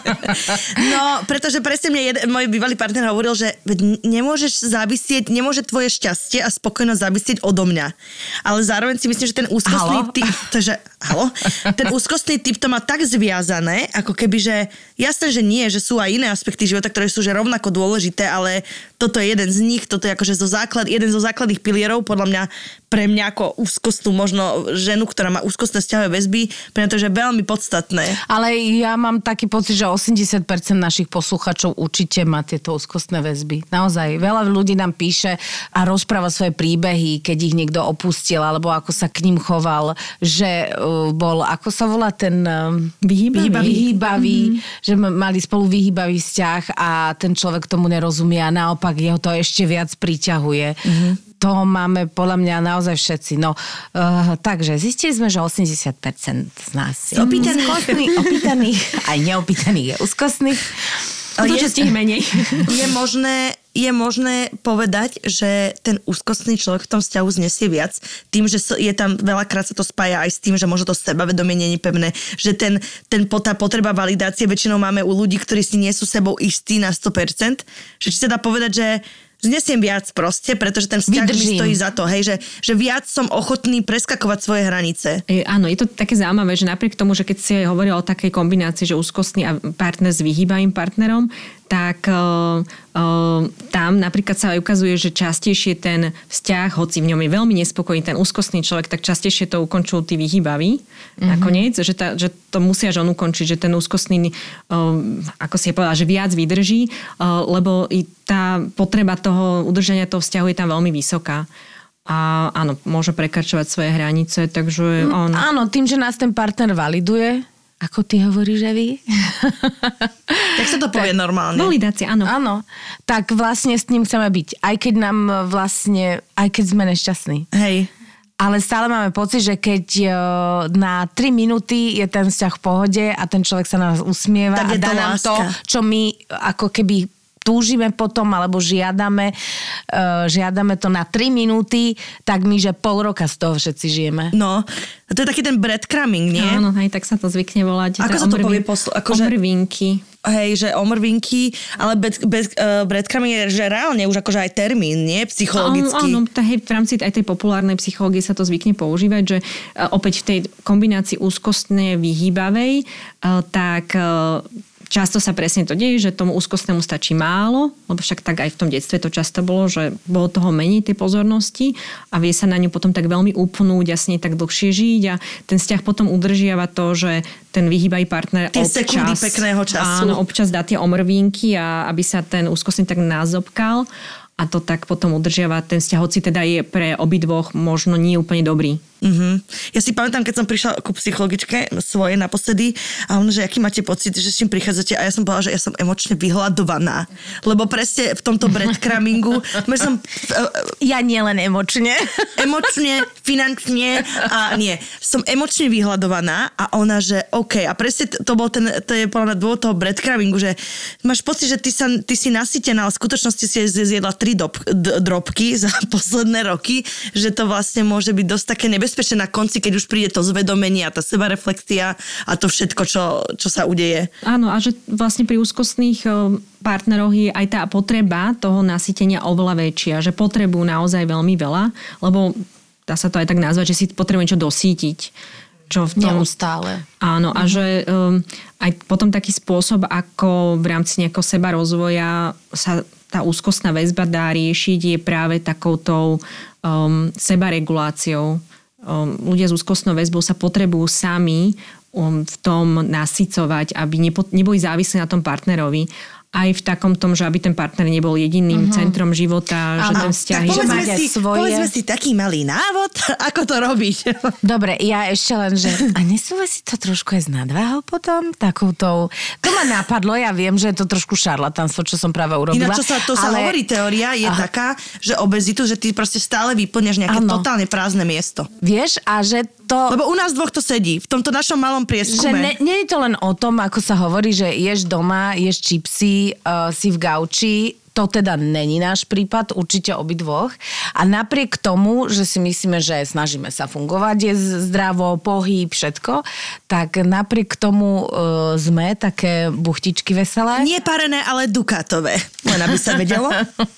No, pretože presne mne jeden, môj bývalý partner hovoril, že nemôžeš závisieť, nemôže tvoje šťastie a spokojnosť závisieť odo mňa. Ale zároveň si myslím, že ten úzkostný halo? typ, to, že, halo? Ten úzkostný typ to má tak zviazané, ako keby, že jasné, že nie, že sú aj iné aspekty života, ktoré sú že rovnako dôležité, ale toto je jeden z nich, toto je akože zo základ, jeden zo základných pilierov, podľa mňa, pre mňa ako úzkostnú možno ženu, ktorá má úzkostné vzťahové väzby, pretože je veľmi podstatné. Ale ja mám taký pocit, že osemdesiat percent našich posluchačov určite má tieto úzkostné väzby. Naozaj, veľa ľudí nám píše a rozpráva svoje príbehy, keď ich niekto opustil, alebo ako sa k ním choval, že uh, bol, ako sa volá ten... Uh, Vyhýbavý. Vyhýbavý, mm-hmm. že mali spolu vyhýbavý vzťah a ten človek tomu nerozumie a naopak jeho to ešte viac priťahuje. Mm-hmm. To máme podľa mňa naozaj všetci. No, uh, takže zistili sme, že osemdesiat percent z nás je opýtaných, opýtaných, aj neopýtaných je úzkostných. To, čo je menej. Je možné, je možné povedať, že ten úzkostný človek v tom vzťahu znesie viac, tým, že je tam veľakrát sa to spája aj s tým, že možno to sebavedomie nie je pevné, že ten, ten, tá potreba validácie väčšinou máme u ľudí, ktorí si nie sú sebou istí na sto percent, že či sa dá povedať, že znesiem viac proste, pretože ten vzťah Vydržím. mi stojí za to, hej, že, že viac som ochotný preskakovať svoje hranice. E, áno, je to také zaujímavé, že napriek tomu, že keď si hovorila o takej kombinácii, že úzkostný a partner s vyhýbavým partnerom, tak uh, uh, tam napríklad sa ukazuje, že častejšie ten vzťah, hoci v ňom je veľmi nespokojný ten úzkostný človek, tak častejšie to ukončujú tí vyhýbaví mm-hmm. nakoniec, že, ta, že to musia žon ukončiť, že ten úzkostný, uh, ako si je povedala, že viac vydrží, uh, lebo i tá potreba toho udržania toho vzťahu je tam veľmi vysoká. A áno, môže prekračovať svoje hranice, takže on... Áno, tým, že nás ten partner validuje, ako ty hovoríš, že vy? Tak sa to povie tak, normálne. Validácia, áno. Áno. Tak vlastne s ním chceme byť. Aj keď nám vlastne, aj keď sme nešťastní. Hej. Ale stále máme pocit, že keď na tri minúty je ten vzťah v pohode a ten človek sa na nás usmieva tak a dá nám to, čo my ako keby túžime potom, alebo žiadame, uh, žiadame to na tri minúty, tak my, že pol roka z toho všetci žijeme. No, a to je taký ten breadcrumbing, nie? Áno, hej, tak sa to zvykne volať. Ako sa to povie posl- akože... Omrvinky. Hej, že omrvinky, ale bez, bez, uh, breadcrumbing je že reálne už akože aj termín, nie? Psychologicky. Áno, áno, hej, v rámci aj tej populárnej psychológie sa to zvykne používať, že uh, opäť v tej kombinácii úzkostnej vyhýbavej, uh, tak... Uh, Často sa presne to deje, že tomu úzkostnému stačí málo, lebo však tak aj v tom detstve to často bolo, že bolo toho menej tej pozornosti a vie sa na ňu potom tak veľmi upnúť a s nej tak dlhšie žiť a ten vzťah potom udržiava to, že ten vyhýbavý partner tie občas... sekundy pekného času. Áno, občas dá tie omrvinky a aby sa ten úzkostný tak nazobkal a to tak potom udržiava ten vzťah, hoci teda je pre obidvoch možno nie úplne dobrý. Uh-huh. Ja si pamätám, keď som prišla ku psychologičke svojej naposledy a ona, že aký máte pocit, že s čím prichádzate a ja som povedala, že ja som emočne vyhľadovaná. Lebo presne v tomto breadcrummingu som... Ja nie len emočne. Emočne, finančne a nie. Som emočne vyhľadovaná a ona, že OK. A presne to bol ten, to je podľa mňa dôvod toho breadcrummingu, že máš pocit, že ty, sa, ty si nasýtená, ale v skutočnosti si zjedla tri dob, d- drobky za posledné roky, že to vlastne môže byť dosť také nebezpečné na konci, keď už príde to zvedomenie a tá sebareflexia a to všetko, čo, čo sa udeje. Áno, a že vlastne pri úzkostných partneroch je aj tá potreba toho nasýtenia oveľa väčšia, že potrebujú naozaj veľmi veľa, lebo dá sa to aj tak nazvať, že si potrebujú niečo dosítiť. Čo v tom... Neustále. Áno, a že um, aj potom taký spôsob, ako v rámci nejakého seba rozvoja sa tá úzkostná väzba dá riešiť, je práve takoutou um, sebareguláciou. Um, ľudia s úzkostnou väzbou sa potrebujú sami um, v tom nasycovať, aby nepo, neboli závislí na tom partnerovi. Aj v takom tom, že aby ten partner nebol jediným uh-huh. centrom života, že ten vzťah... Tak povedzme, že si, svoje... povedzme si taký malý návod, ako to robiť. Dobre, ja ešte len, že... A nesúvisí to trošku aj s nadváhou potom? Takoutou... To ma napadlo, ja viem, že je to trošku šarlatánstvo, čo som práve urobila. Ináč, čo sa, to sa ale... hovorí, teória je Aha. taká, že obezitu, že ty proste stále vyplňaš nejaké ano. totálne prázdne miesto. Vieš, a že to... Lebo u nás dvoch to sedí, v tomto našom malom prieskume. Že ne, nie je to len o tom, ako sa hovorí, že ješ doma, ješ čipsy, uh, si v gauči, to teda není náš prípad, určite obidvoch. A napriek tomu, že si myslíme, že snažíme sa fungovať, je zdravo, pohyb, všetko, tak napriek tomu uh, sme také buchtičky veselé. Nie parené, ale dukátové. Len aby sa vedelo.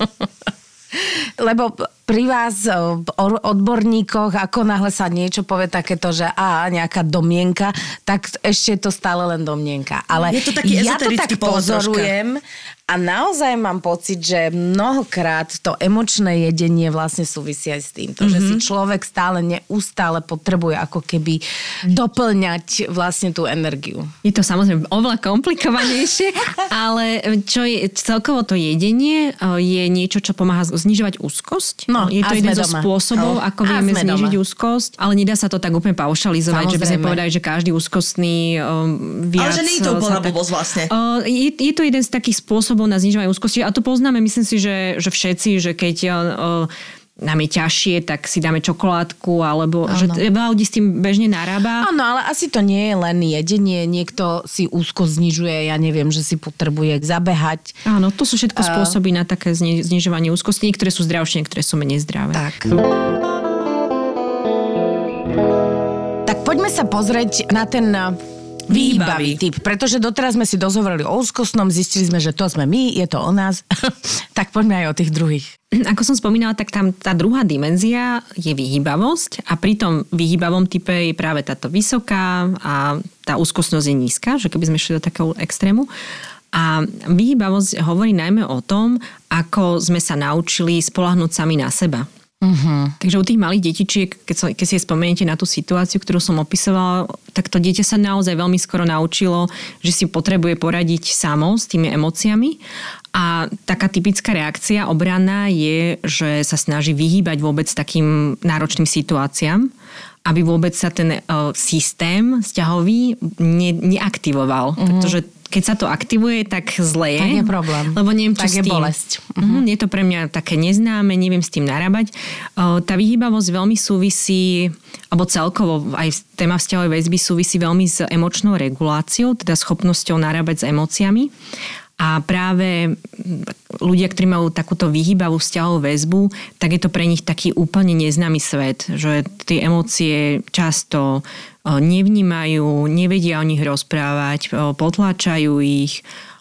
Lebo pri vás, odborníkoch, ako náhle sa niečo povie takéto, že á, nejaká domienka, tak ešte je to stále len domienka. Ale je to taký ja to tak pozorujem troška. A naozaj mám pocit, že mnohokrát to emočné jedenie vlastne súvisí aj s týmto, mm-hmm. že si človek stále neustále potrebuje ako keby doplňať vlastne tú energiu. Je to samozrejme oveľa komplikovanejšie, ale čo je celkovo to jedenie je niečo, čo pomáha znižovať úzkosť. No, je to jeden zo doma. spôsobov, oh. ako vieme znižiť doma. úzkosť, ale nedá sa to tak úplne paušalizovať, samozrejme. Že by sme povedali, že každý úzkostný um, viac... Ale že nie je to úplná blbosť vlastne. Uh, je, je to jeden z takých spôsobov na znižovanie úzkosti a to poznáme, myslím si, že, že všetci, že keď uh, nám je ťažšie, tak si dáme čokoládku, alebo ano. Že veľa ľudí s tým bežne narába. Áno, ale asi to nie je len jedenie. Niekto si úzko znižuje, ja neviem, že si potrebuje zabehať. Áno, to sú všetko spôsoby uh, na také zni- znižovanie úzkosti. Niektoré sú zdravšie, niektoré sú menej zdravé. Tak. Tak poďme sa pozrieť na ten výhybavý typ, pretože doteraz sme si dozhovorili o úzkostnom, zistili sme, že to sme my, je to o nás. Tak poďme aj o tých druhých. Ako som spomínala, tak tam tá druhá dimenzia je vyhýbavosť a pri tom vyhýbavom type je práve táto vysoká a tá úzkostnosť je nízka, že keby sme šli do takého extrému. A vyhýbavosť hovorí najmä o tom, ako sme sa naučili spoľahnúť sami na seba. Uh-huh. Takže u tých malých detičiek, keď, so, keď si spomeniete na tú situáciu, ktorú som opisovala, tak to dieťa sa naozaj veľmi skoro naučilo, že si potrebuje poradiť samo s tými emóciami. A taká typická reakcia obranná je, že sa snaží vyhýbať vôbec takým náročným situáciám, aby vôbec sa ten uh, systém vzťahový ne, neaktivoval. Uh-huh. Pretože keď sa to aktivuje, tak zle je. Tak je problém. Lebo neviem, čo tak s je tým. bolesť. Uh-huh. Je to pre mňa také neznáme, neviem s tým narábať. Uh, tá vyhýbavosť veľmi súvisí, alebo celkovo aj téma vzťahovej väzby súvisí veľmi s emočnou reguláciou, teda schopnosťou narábať s emóciami. A práve ľudia, ktorí majú takúto vyhýbavú vzťahovú väzbu, tak je to pre nich taký úplne neznámy svet, že tie emócie často nevnímajú, nevedia o nich rozprávať, potláčajú ich,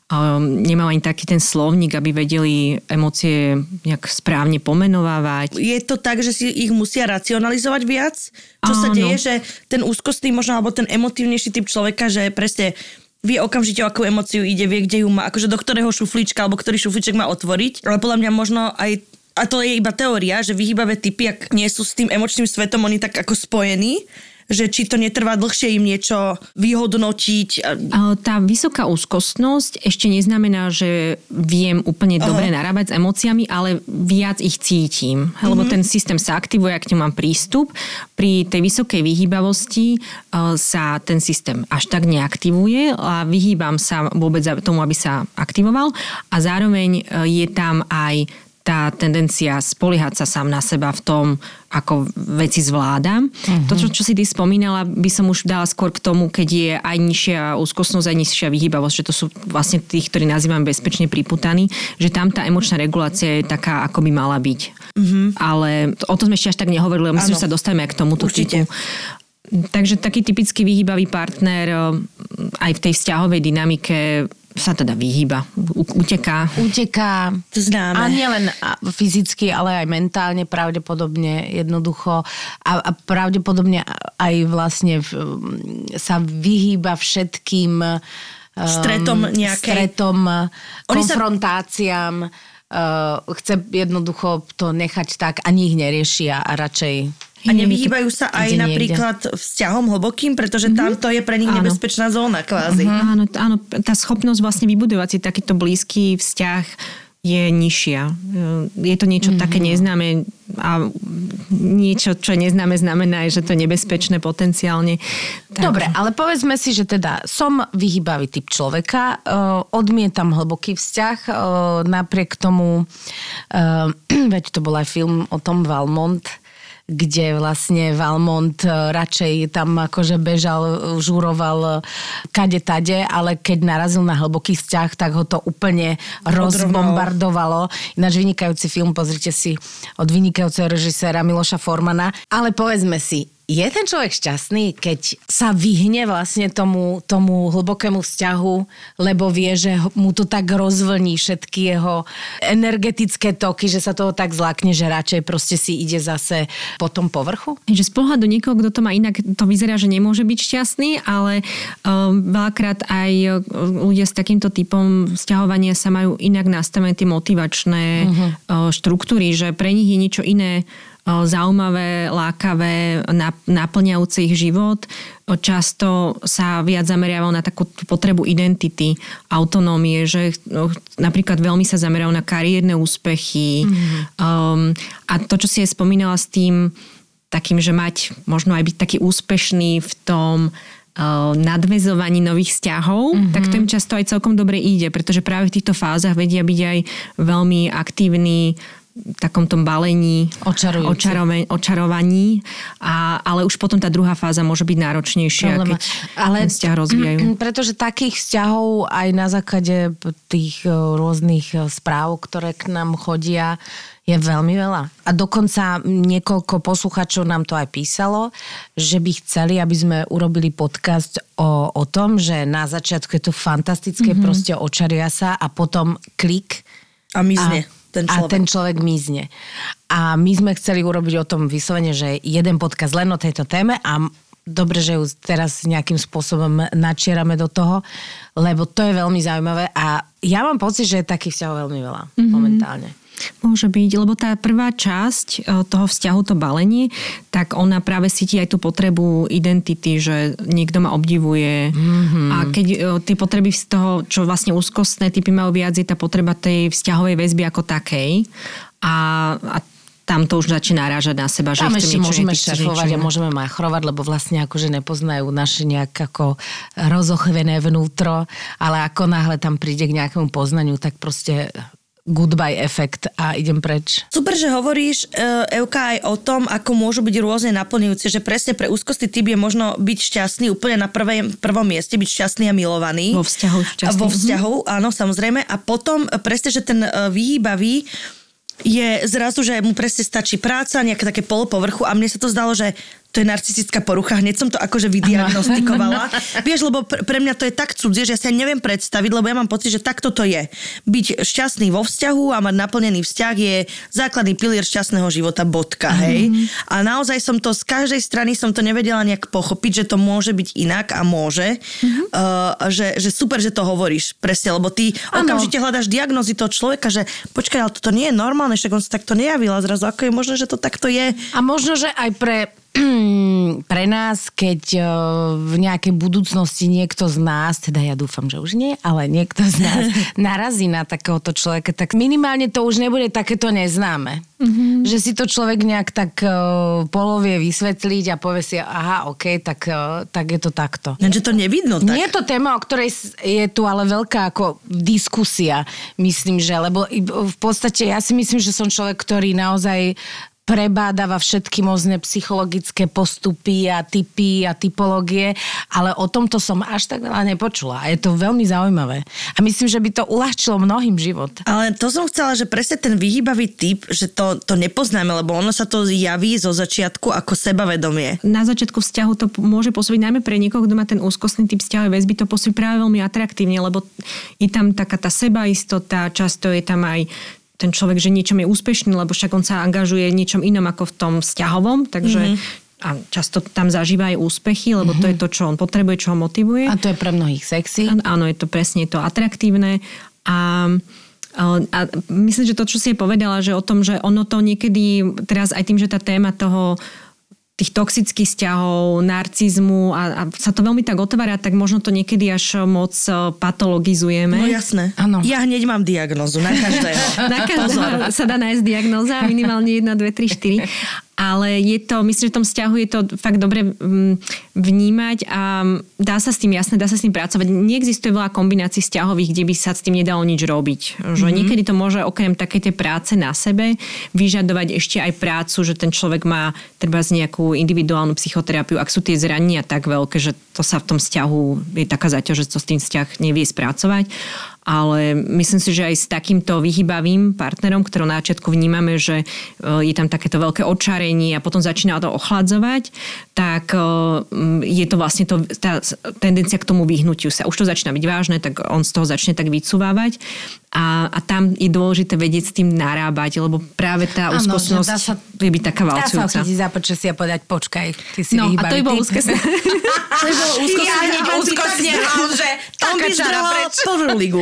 nemajú ani taký ten slovník, aby vedeli emócie nejak správne pomenovávať. Je to tak, že si ich musia racionalizovať viac? Čo Áno. sa deje, že ten úzkostný možno, alebo ten emotívnejší typ človeka, že presne vie okamžite, o akú emóciu ide, vie, kde ju má, akože do ktorého šuflíčka alebo ktorý šuflíček má otvoriť. Ale podľa mňa možno aj, a to je iba teória, že vyhýbavé typy, ak nie sú s tým emočným svetom, oni tak ako spojení, že či to netrvá dlhšie im niečo vyhodnotiť. Tá vysoká úzkostnosť ešte neznamená, že viem úplne Aha. dobre narábať s emóciami, ale viac ich cítim. Mm-hmm. Lebo ten systém sa aktivuje, ak ňu mám prístup. Pri tej vysokej vyhýbavosti sa ten systém až tak neaktivuje a vyhýbam sa vôbec tomu, aby sa aktivoval. A zároveň je tam aj tá tendencia spoliehať sa sám na seba v tom, ako veci zvládam. Uh-huh. To, čo, čo si ty spomínala, by som už dala skôr k tomu, keď je aj nižšia úzkostnosť, aj nižšia vyhýbavosť, že to sú vlastne tých, ktorí nazývam bezpečne priputaní, že tam tá emočná regulácia je taká, ako by mala byť. Uh-huh. Ale o tom sme ešte až tak nehovorili, ale myslím, že sa dostaneme aj k tomuto typu. Takže taký typický vyhýbavý partner aj v tej vzťahovej dynamike sa teda vyhýba, uteká. Uteká. To známe. A nie len fyzicky, ale aj mentálne pravdepodobne jednoducho. A, a pravdepodobne aj vlastne v, sa vyhýba všetkým um, stretom nejakej. Stretom, konfrontáciám. Sa... Uh, chce jednoducho to nechať tak, ani ich neriešia a radšej... A nevyhýbajú sa aj napríklad niekde. Vzťahom hlbokým, pretože mm-hmm. tam to je pre nich áno. nebezpečná zóna kvázi. Uh-huh. Áno, áno, tá schopnosť vlastne vybudovať si takýto blízky vzťah je nižšia. Je to niečo mm-hmm. také neznáme a niečo, čo je neznáme, znamená, že to je nebezpečné potenciálne. Tak. Dobre, ale povedzme si, že teda som vyhýbavý typ človeka, odmietam hlboký vzťah, napriek tomu, veď to bol aj film o tom Valmont, kde vlastne Valmont radšej tam akože bežal, žuroval kade tade, ale keď narazil na hlboký vzťah, tak ho to úplne rozbombardovalo. Ináč vynikajúci film, pozrite si, od vynikajúceho režiséra Miloša Formana. Ale povedzme si, je ten človek šťastný, keď sa vyhne vlastne tomu, tomu hlbokému vzťahu, lebo vie, že mu to tak rozvlní všetky jeho energetické toky, že sa toho tak zlákne, že radšej proste si ide zase po tom povrchu? Že z pohľadu niekoho, kto to má inak, to vyzerá, že nemôže byť šťastný, ale um, veľakrát aj ľudia s takýmto typom vzťahovania sa majú inak nastavené tie motivačné uh-huh. štruktúry, že pre nich je niečo iné zaujímavé, lákavé, naplňajúce ich život. Často sa viac zameriavajú na takú potrebu identity, autonómie, že napríklad veľmi sa zamerajú na kariérne úspechy. Mm-hmm. Um, a to, čo si aj spomínala s tým takým, že mať, možno aj byť taký úspešný v tom uh, nadväzovaní nových vzťahov, mm-hmm. tak to im často aj celkom dobre ide, pretože práve v týchto fázach vedia byť aj veľmi aktívni takom tom balení, očarove, očarovaní, a, ale už potom tá druhá fáza môže byť náročnejšia, Problema. keď ale, ten vzťah rozvíjajú. Pretože takých vzťahov aj na základe tých rôznych správ, ktoré k nám chodia, je veľmi veľa. A dokonca niekoľko posluchačov nám to aj písalo, že by chceli, aby sme urobili podcast o, o tom, že na začiatku je to fantastické, mm-hmm. proste očaria sa a potom klik. A mizne. A Ten a ten človek mizne. A my sme chceli urobiť o tom vyslovene, že jeden podcast len o tejto téme a dobre, že ju teraz nejakým spôsobom načierame do toho, lebo to je veľmi zaujímavé a ja mám pocit, že je takých vzťahov veľmi veľa mm-hmm. momentálne. Môže byť, lebo tá prvá časť toho vzťahu, to balenie, tak ona práve cíti aj tú potrebu identity, že niekto ma obdivuje. Mm-hmm. A keď tie potreby z toho, čo vlastne úzkostné typy majú viac, je tá potreba tej vzťahovej väzby ako takej. A, a tam to už začína narážať na seba. Tam že ešte môžeme šerfovať a môžeme machrovať, lebo vlastne akože nepoznajú naše nejak ako rozochvené vnútro, ale ako náhle tam príde k nejakému poznaniu, tak proste goodbye efekt a idem preč. Super, že hovoríš, Evka, aj o tom, ako môžu byť rôzne naplňujúce, že presne pre úzkostný typ je možno byť šťastný úplne na prvej, prvom mieste, byť šťastný a milovaný. Vo vzťahu šťastný. Vo vzťahu, áno, samozrejme. A potom presne, že ten vyhýbavý je zrazu, že mu presne stačí práca, nejaké také polopovrchu a mne sa to zdalo, že to je narcistická porucha. Hneď som to akože vydiagnostikovala. Vieš, lebo pre mňa to je tak cudzie, že ja si neviem predstaviť, lebo ja mám pocit, že takto to je. Byť šťastný vo vzťahu a mať naplnený vzťah je základný pilier šťastného života, bodka, hej. Mm-hmm. A naozaj som to, z každej strany som to nevedela nejak pochopiť, že to môže byť inak a môže. Mm-hmm. Uh, že, že super, že to hovoríš. Presne, lebo ty ano. Okamžite hľadaš diagnózy toho človeka, že počkaj, ale toto nie je normálne, však on sa takto nejavil a zrazu ako je možné, že to takto je. A možno, že aj pre pre nás, keď v nejakej budúcnosti niekto z nás, teda ja dúfam, že už nie, ale niekto z nás narazí na takéhoto človeka, tak minimálne to už nebude takéto neznáme. Mm-hmm. Že si to človek nejak tak uh, polovie vysvetliť a povie si, aha, okej, okay, tak, uh, tak je to takto. Lenže to nevidno tak. Nie je to téma, o ktorej je tu ale veľká ako diskusia, myslím, že, lebo v podstate ja si myslím, že som človek, ktorý naozaj prebádáva všetky možné psychologické postupy a typy a typológie, ale o tomto som až tak veľa nepočula. A je to veľmi zaujímavé. A myslím, že by to uľahčilo mnohým život. Ale to som chcela, že presne ten vyhýbavý typ, že to, to nepoznáme, lebo ono sa to javí zo začiatku ako sebavedomie. Na začiatku vzťahu to môže pôsobiť najmä pre niekoho, kto má ten úzkostný typ vzťahovej väzby, to pôsobí práve veľmi atraktívne, lebo je tam taká tá sebaistota, často je tam aj ten človek, že niečom je úspešný, lebo však on sa angažuje niečom inom ako v tom vzťahovom, takže mm-hmm. a často tam zažíva aj úspechy, lebo mm-hmm. to je to, čo on potrebuje, čo ho motivuje. A to je pre mnohých sexy. Áno, je to presne je to atraktívne a a myslím, že to, čo si je povedala, že o tom, že ono to niekedy, teraz aj tým, že tá téma toho tých toxických vzťahov, narcizmu a, a sa to veľmi tak otvára, tak možno to niekedy až moc patologizujeme. No jasné. Áno. Ja hneď mám diagnózu, na každého. Na každého sa dá nájsť diagnóza, minimálne jedna, dve, tri, štyri. ale je to, myslím, že v tom vzťahu je to fakt dobre vnímať a dá sa s tým, jasne, dá sa s tým pracovať. Neexistuje veľa kombinácií vzťahových, kde by sa s tým nedalo nič robiť. Že mm-hmm. niekedy to môže okrem takej tej práce na sebe vyžadovať ešte aj prácu, že ten človek má treba z nejakú individuálnu psychoterapiu, ak sú tie zranenia tak veľké, že to sa v tom vzťahu je taká záťaž, že to s tým vzťah nevie spracovať. Ale myslím si, že aj s takýmto vyhýbavým partnerom, ktorého na začiatku vnímame, že je tam takéto veľké očarenie a potom začína to ochladzovať, tak je to vlastne to, tá tendencia k tomu vyhnutiu sa. Už to začína byť vážne, tak on z toho začne tak vycúvávať. A, a tam je dôležité vedieť s tým narábať, lebo práve tá ano, úzkostnosť sa, je byť taká valcujúca. Dá sa chytiť za počasie a povedať, počkaj, ty si no, vyhýbavý. No a to je bolo úzkostné. To je bolo úzkostné. Ja úzkostne, že taká čara preč. Prvú ligu.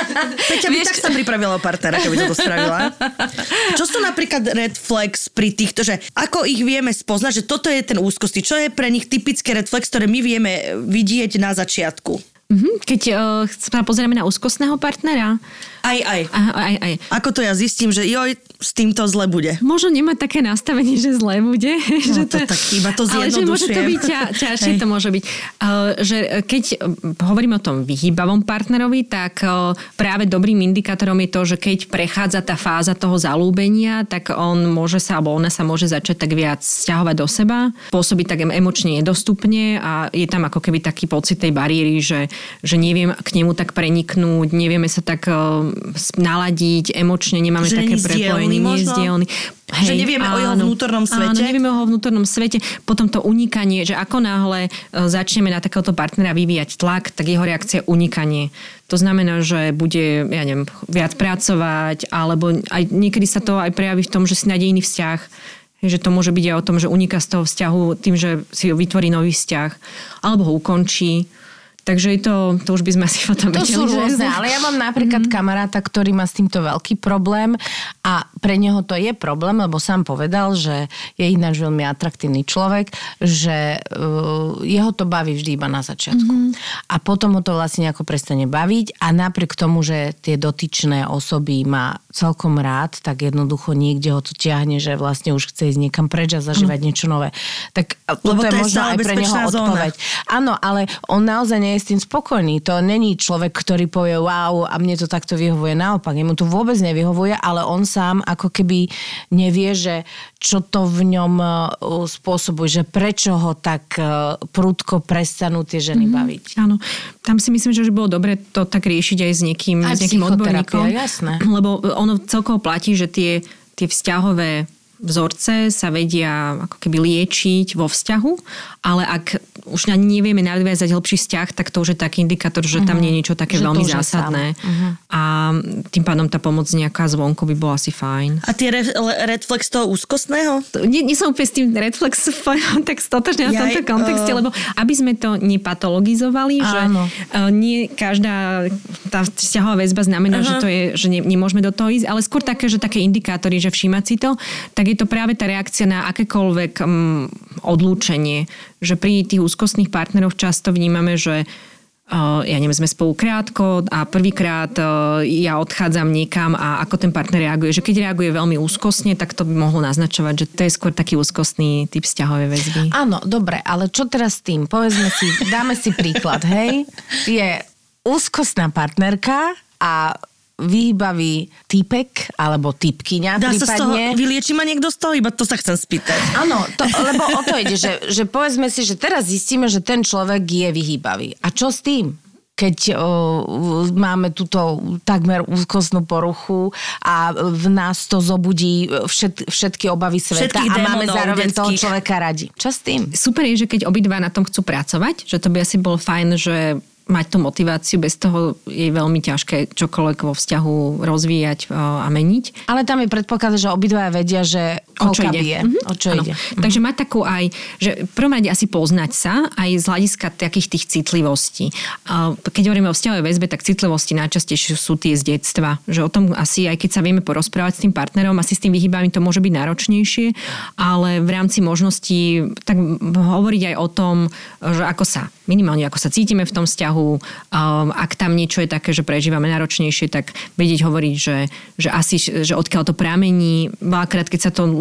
Peťa by tak sa pripravila o partnera, keby toto spravila. Čo sú napríklad red flags pri týchto, že ako ich vieme spoznať, že toto je ten úzkosti, čo je pre nich typické red flags, ktoré my vieme vidieť na začiatku? Keď uh, sa pozrieme na úzkostného partnera. Aj, aj. Aj, aj, aj. Ako to ja zistím, že joj, s týmto zle bude. Možno nemá také nastavenie, že zle bude. No že to, to tak iba to zjednodušujem. Ale že môže to byť ťa, ťažšie, to môže byť. Uh, že keď hovorím o tom vyhýbavom partnerovi, tak uh, práve dobrým indikátorom je to, že keď prechádza tá fáza toho zalúbenia, tak on môže sa, alebo ona sa môže začať tak viac sťahovať do seba, pôsobiť tak emočne nedostupne a je tam ako keby taký pocit tej bariéry, že že neviem k nemu tak preniknúť, nevieme sa tak uh, naladiť emočne, nemáme že také prepojenie, nezdielný. Hej, že nevieme áno, o jeho vnútornom svete. Áno, nevieme o jeho vnútornom svete. Potom to unikanie, že ako náhle uh, začneme na takéhoto partnera vyvíjať tlak, tak jeho reakcia je unikanie. To znamená, že bude, ja neviem, viac pracovať, alebo aj niekedy sa to aj prejaví v tom, že si nájde iný vzťah. Že to môže byť aj o tom, že uniká z toho vzťahu tým, že si vytvorí nový vzťah, alebo ho ukončí. Takže to, to už by sme asi potom vedeli. To sú rôzne, ale ja mám napríklad mm-hmm. kamaráta, ktorý má s týmto veľký problém a pre neho to je problém, lebo sám povedal, že je ináč veľmi atraktívny človek, že uh, jeho to baví vždy iba na začiatku. Mm-hmm. A potom ho to vlastne nejako prestane baviť a napriek tomu, že tie dotyčné osoby má celkom rád, tak jednoducho niekde ho to ťahne, že vlastne už chce ísť niekam preč a zažívať mm. niečo nové. Tak toto je možno aj pre neho odpoveď. Áno, ale on naozaj nie je s tým spokojný. To není človek, ktorý povie wow a mne to takto vyhovuje. Naopak, jemu to vôbec nevyhovuje, ale on sám ako keby nevie, že čo to v ňom spôsobuje, že prečo ho tak prudko prestanú tie ženy mm-hmm. baviť. Áno. Tam si myslím, že by bolo dobre to tak riešiť aj s niekým, aj s nejakým odborníkom. Jasné. Lebo ono celkovo platí, že tie, tie vzťahové vzorce sa vedia ako keby liečiť vo vzťahu, ale ak už ani nevieme nadviazať hlbší vzťah, tak to už je taký indikátor, že uh-huh. tam nie je niečo také že veľmi zásadné. Uh-huh. A tým pádom tá pomoc nejaká zvonko by bola asi fajn. A tie red, red flags toho úzkostného? Nie, nie som úplne s tým red flags tak stotožne v tomto kontexte, uh... lebo aby sme to nepatologizovali, že nie každá tá vzťahová väzba znamená, uh-huh. že to je, že ne, nemôžeme do toho ísť, ale skôr také, že také indikátory, že všímať si to, tak je to práve tá reakcia na akékoľvek um, odlúčenie. Že pri tých úzkostných partneroch často vnímame, že uh, ja neviem, sme spolu krátko a prvýkrát uh, ja odchádzam niekam a ako ten partner reaguje. Že keď reaguje veľmi úzkostne, tak to by mohlo naznačovať, že to je skôr taký úzkostný typ vzťahovej väzby. Áno, dobre, ale čo teraz s tým? Povedzme si, dáme si príklad, hej? Je úzkostná partnerka a vyhýbavý typek, alebo typkyňa Dá prípadne. Dá sa z toho, vylieči ma niekto z toho? Iba to sa chcem spýtať. Áno, to, lebo o to ide, že, že povedzme si, že teraz zistíme, že ten človek je vyhýbavý. A čo s tým? Keď o, máme túto takmer úzkostnú poruchu a v nás to zobudí všet, všetky obavy sveta Všetkých a máme zároveň detských. toho človeka radi. Čo s tým? Super je, že keď obidva na tom chcú pracovať, že to by asi bolo fajn, že mať tú motiváciu, bez toho je veľmi ťažké čokoľvek vo vzťahu rozvíjať a meniť. Ale tam je predpoklad, že obidvaja vedia, že o čo ide. Bije. Mm-hmm. O čo ide. Mm-hmm. Takže mať takú aj, že prvom rade asi poznať sa aj z hľadiska takých tých citlivostí. Keď hovoríme o vzťahovej väzbe, tak citlivosti najčastejšie sú tie z detstva. Že o tom asi, aj keď sa vieme porozprávať s tým partnerom, asi s tým vyhýbaním to môže byť náročnejšie, ale v rámci možností tak hovoriť aj o tom, že ako sa minimálne, ako sa cítime v tom vzťahu. Um, ak tam niečo je také, že prežívame náročnejšie, tak vedieť hovoriť, že, že asi, že odkiaľ to pramení. Veľakrát, keď sa to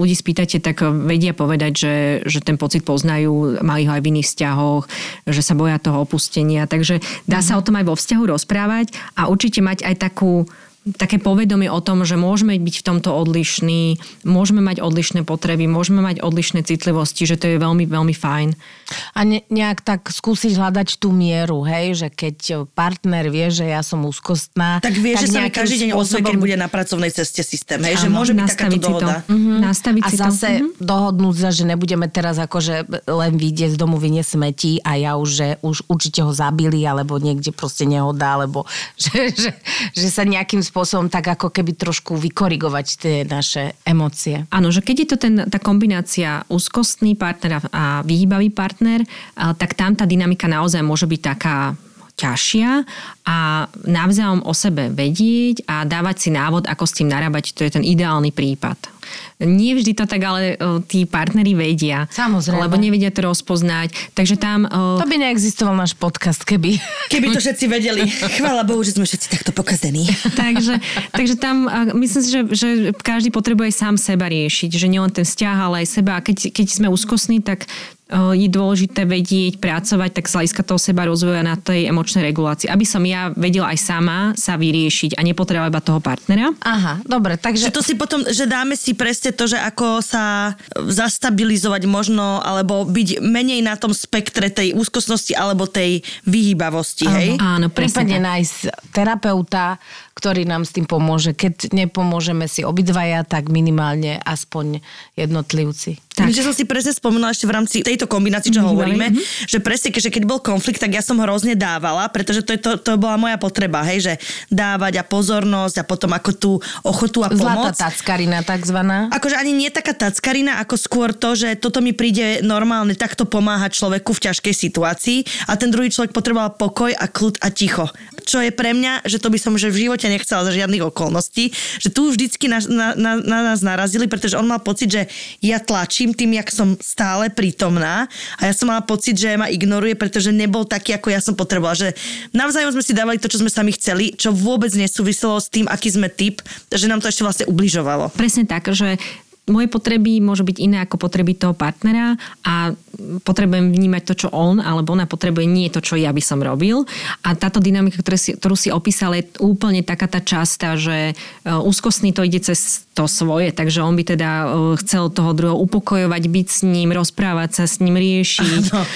ľudí spýtate, tak vedia povedať, že, že ten pocit poznajú, mali ho aj v iných vzťahoch, že sa boja toho opustenia. Takže dá sa o tom aj vo vzťahu rozprávať a určite mať aj takú také povedomie o tom, že môžeme byť v tomto odlišní, môžeme mať odlišné potreby, môžeme mať odlišné citlivosti, že to je veľmi, veľmi fajn. A ne, nejak tak skúsiť hľadať tú mieru, hej, že keď partner vie, že ja som úzkostná, tak vie, tak že sa mi každý deň spôsobom... ozve, keď bude na pracovnej ceste systém, hej, áno, že môže byť takáto dohoda. Mm-hmm. Nastaviť a si zase to. dohodnúť sa, že nebudeme teraz akože len vyjsť z domu vyniesť smetí a ja už, že už určite ho zabili, alebo niekde proste nehoda, alebo že, že, že sa nejakým spôsobom tak ako keby trošku vykorigovať tie naše emócie. Áno, že keď je to ten, tá kombinácia úzkostný partner a vyhýbavý partner, tak tam tá dynamika naozaj môže byť taká ťažšia a navzájom o sebe vedieť a dávať si návod, ako s tým narábať, to je ten ideálny prípad. Nie vždy to tak, ale uh, tí partneri vedia. Samozrejme. Lebo nevedia to rozpoznať. Takže tam... Uh, to by neexistoval náš podcast, keby... Keby to všetci vedeli. Chvála Bohu, že sme všetci takto pokazení. takže, takže tam uh, myslím si, že, že každý potrebuje sám seba riešiť. Že nielen ten vzťah, ale aj seba. A keď, keď sme úzkostní, tak uh, je dôležité vedieť, pracovať tak z hľadiska toho seba rozvoja na tej emočnej regulácii. Aby som ja vedela aj sama sa vyriešiť a nepotrebovala iba toho partnera. Aha, dobre. Takže že to si potom, že dáme si presne to, že ako sa zastabilizovať možno, alebo byť menej na tom spektre tej úzkostnosti alebo tej vyhýbavosti, hej? Áno, presne prípadne nájsť terapeuta, ktorý nám s tým pomôže. Keď nepomôžeme si obidvaja, tak minimálne aspoň jednotlivci. Tak. Že som si presne spomenula ešte v rámci tejto kombinácii, čo hovoríme, mm-hmm. že presne, že keď bol konflikt, tak ja som hrozne dávala, pretože to, je to, to bola moja potreba, hej, že dávať a pozornosť a potom ako tú ochotu a pomoc. Zlatá tackarina takzvaná. Akože ani nie taká tackarina, ako skôr to, že toto mi príde normálne, takto pomáha človeku v ťažkej situácii a ten druhý človek potreboval pokoj a kľud a ticho. Čo je pre mňa, že to by som že v živote nechcela za žiadnych okolností, že tu vždycky na, na, na, na nás narazili, pretože on mal pocit, že ja tlačím tým, jak som stále prítomná a ja som mala pocit, že ma ignoruje, pretože nebol taký, ako ja som potrebovala. Že navzájom sme si dávali to, čo sme sami chceli, čo vôbec nesúviselo s tým, aký sme typ, že nám to ešte vlastne ubližovalo. Presne tak, že moje potreby môžu byť iné ako potreby toho partnera a potrebujem vnímať to, čo on alebo ona potrebuje, nie to, čo ja by som robil. A táto dynamika, ktorú si, ktorú si opísal, je úplne taká tá častá, že úzkostný to ide cez to svoje, takže on by teda chcel toho druhého upokojovať, byť s ním, rozprávať sa s ním, riešiť. Áno.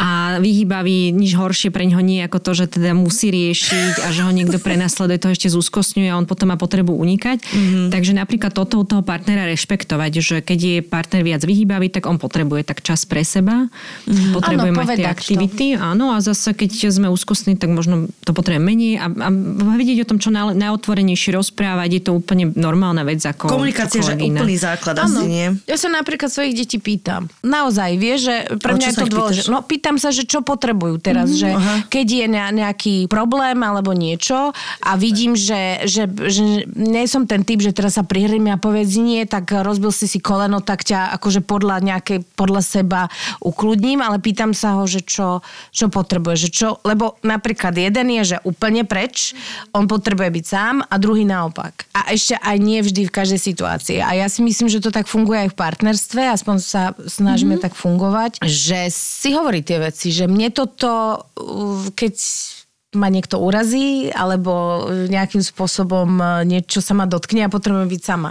A vyhýbavý nič horšie pre ňoho nie ako to, že teda musí riešiť a že ho niekto prenasleduje, to ešte zúskostňuje a on potom má potrebu unikať. Mm-hmm. Takže napríklad toto u toho partnera rešpektovať, že keď je partner viac vyhýbavý, tak on potrebuje tak čas pre seba, mm-hmm. potrebuje áno, mať tie aktivity. To. Áno, a zase keď sme úzkostní, tak možno to potrebuje menej a, a vedieť o tom, čo na, najotvorenejšie rozprávať, je to úplne normálna vec ako komunikácia, že úplný základ asi nie. Ja sa napríklad svojich detí pýtam. Naozaj, vieš, že pre mňa je to dôležité. No, pýtam sa, že čo potrebujú teraz, mm-hmm, že aha. keď je nejaký problém alebo niečo a vidím, že, že, že nie som ten typ, že teraz sa prihrím a povedz nie, tak rozbil si si koleno, tak ťa akože podľa nejakej, podľa seba ukludním, ale pýtam sa ho, že čo, čo potrebuje, že čo, lebo napríklad jeden je, že úplne preč, on potrebuje byť sám a druhý naopak. A ešte aj nie vždy v každej situácii. A ja si myslím, že to tak funguje aj v partnerstve, aspoň sa snažíme mm-hmm. tak fungovať, že si hovorí tie veci, že mne toto, keď ma niekto urazí, alebo nejakým spôsobom niečo sa ma dotkne a potrebujem byť sama.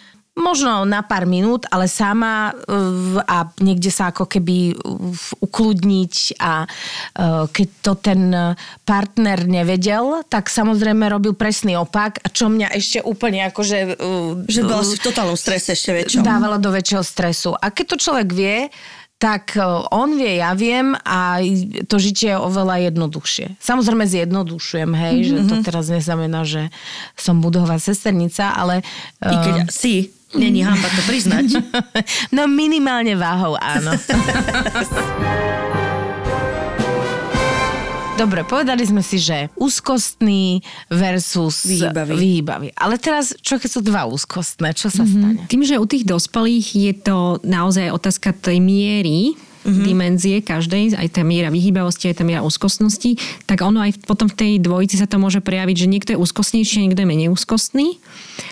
Možno na pár minút, ale sama a niekde sa ako keby ukludniť a keď to ten partner nevedel, tak samozrejme robil presný opak a čo mňa ešte úplne akože... Že bola si v totálnom strese ešte väčšom. Dávalo do väčšieho stresu. A keď to človek vie, tak on vie, ja viem a to žitie je oveľa jednoduchšie. Samozrejme zjednodušujem, hej, mm-hmm. že to teraz neznamená, že som budová sesternica, ale... I keď uh... si... Není hanba to priznať. No minimálne váhou, áno. Dobre, povedali sme si, že úzkostný versus vyhýbavý. vyhýbavý. Ale teraz, čo keď sú dva úzkostné? Čo sa mm-hmm. stane? Tým, že u tých dospelých je to naozaj otázka tej miery, mm-hmm. dimenzie každej, aj tá miera vyhýbavosti, aj tá miera úzkostnosti, tak ono aj potom v tej dvojici sa to môže prejaviť, že niekto je úzkostnejší, niekto je menej úzkostný.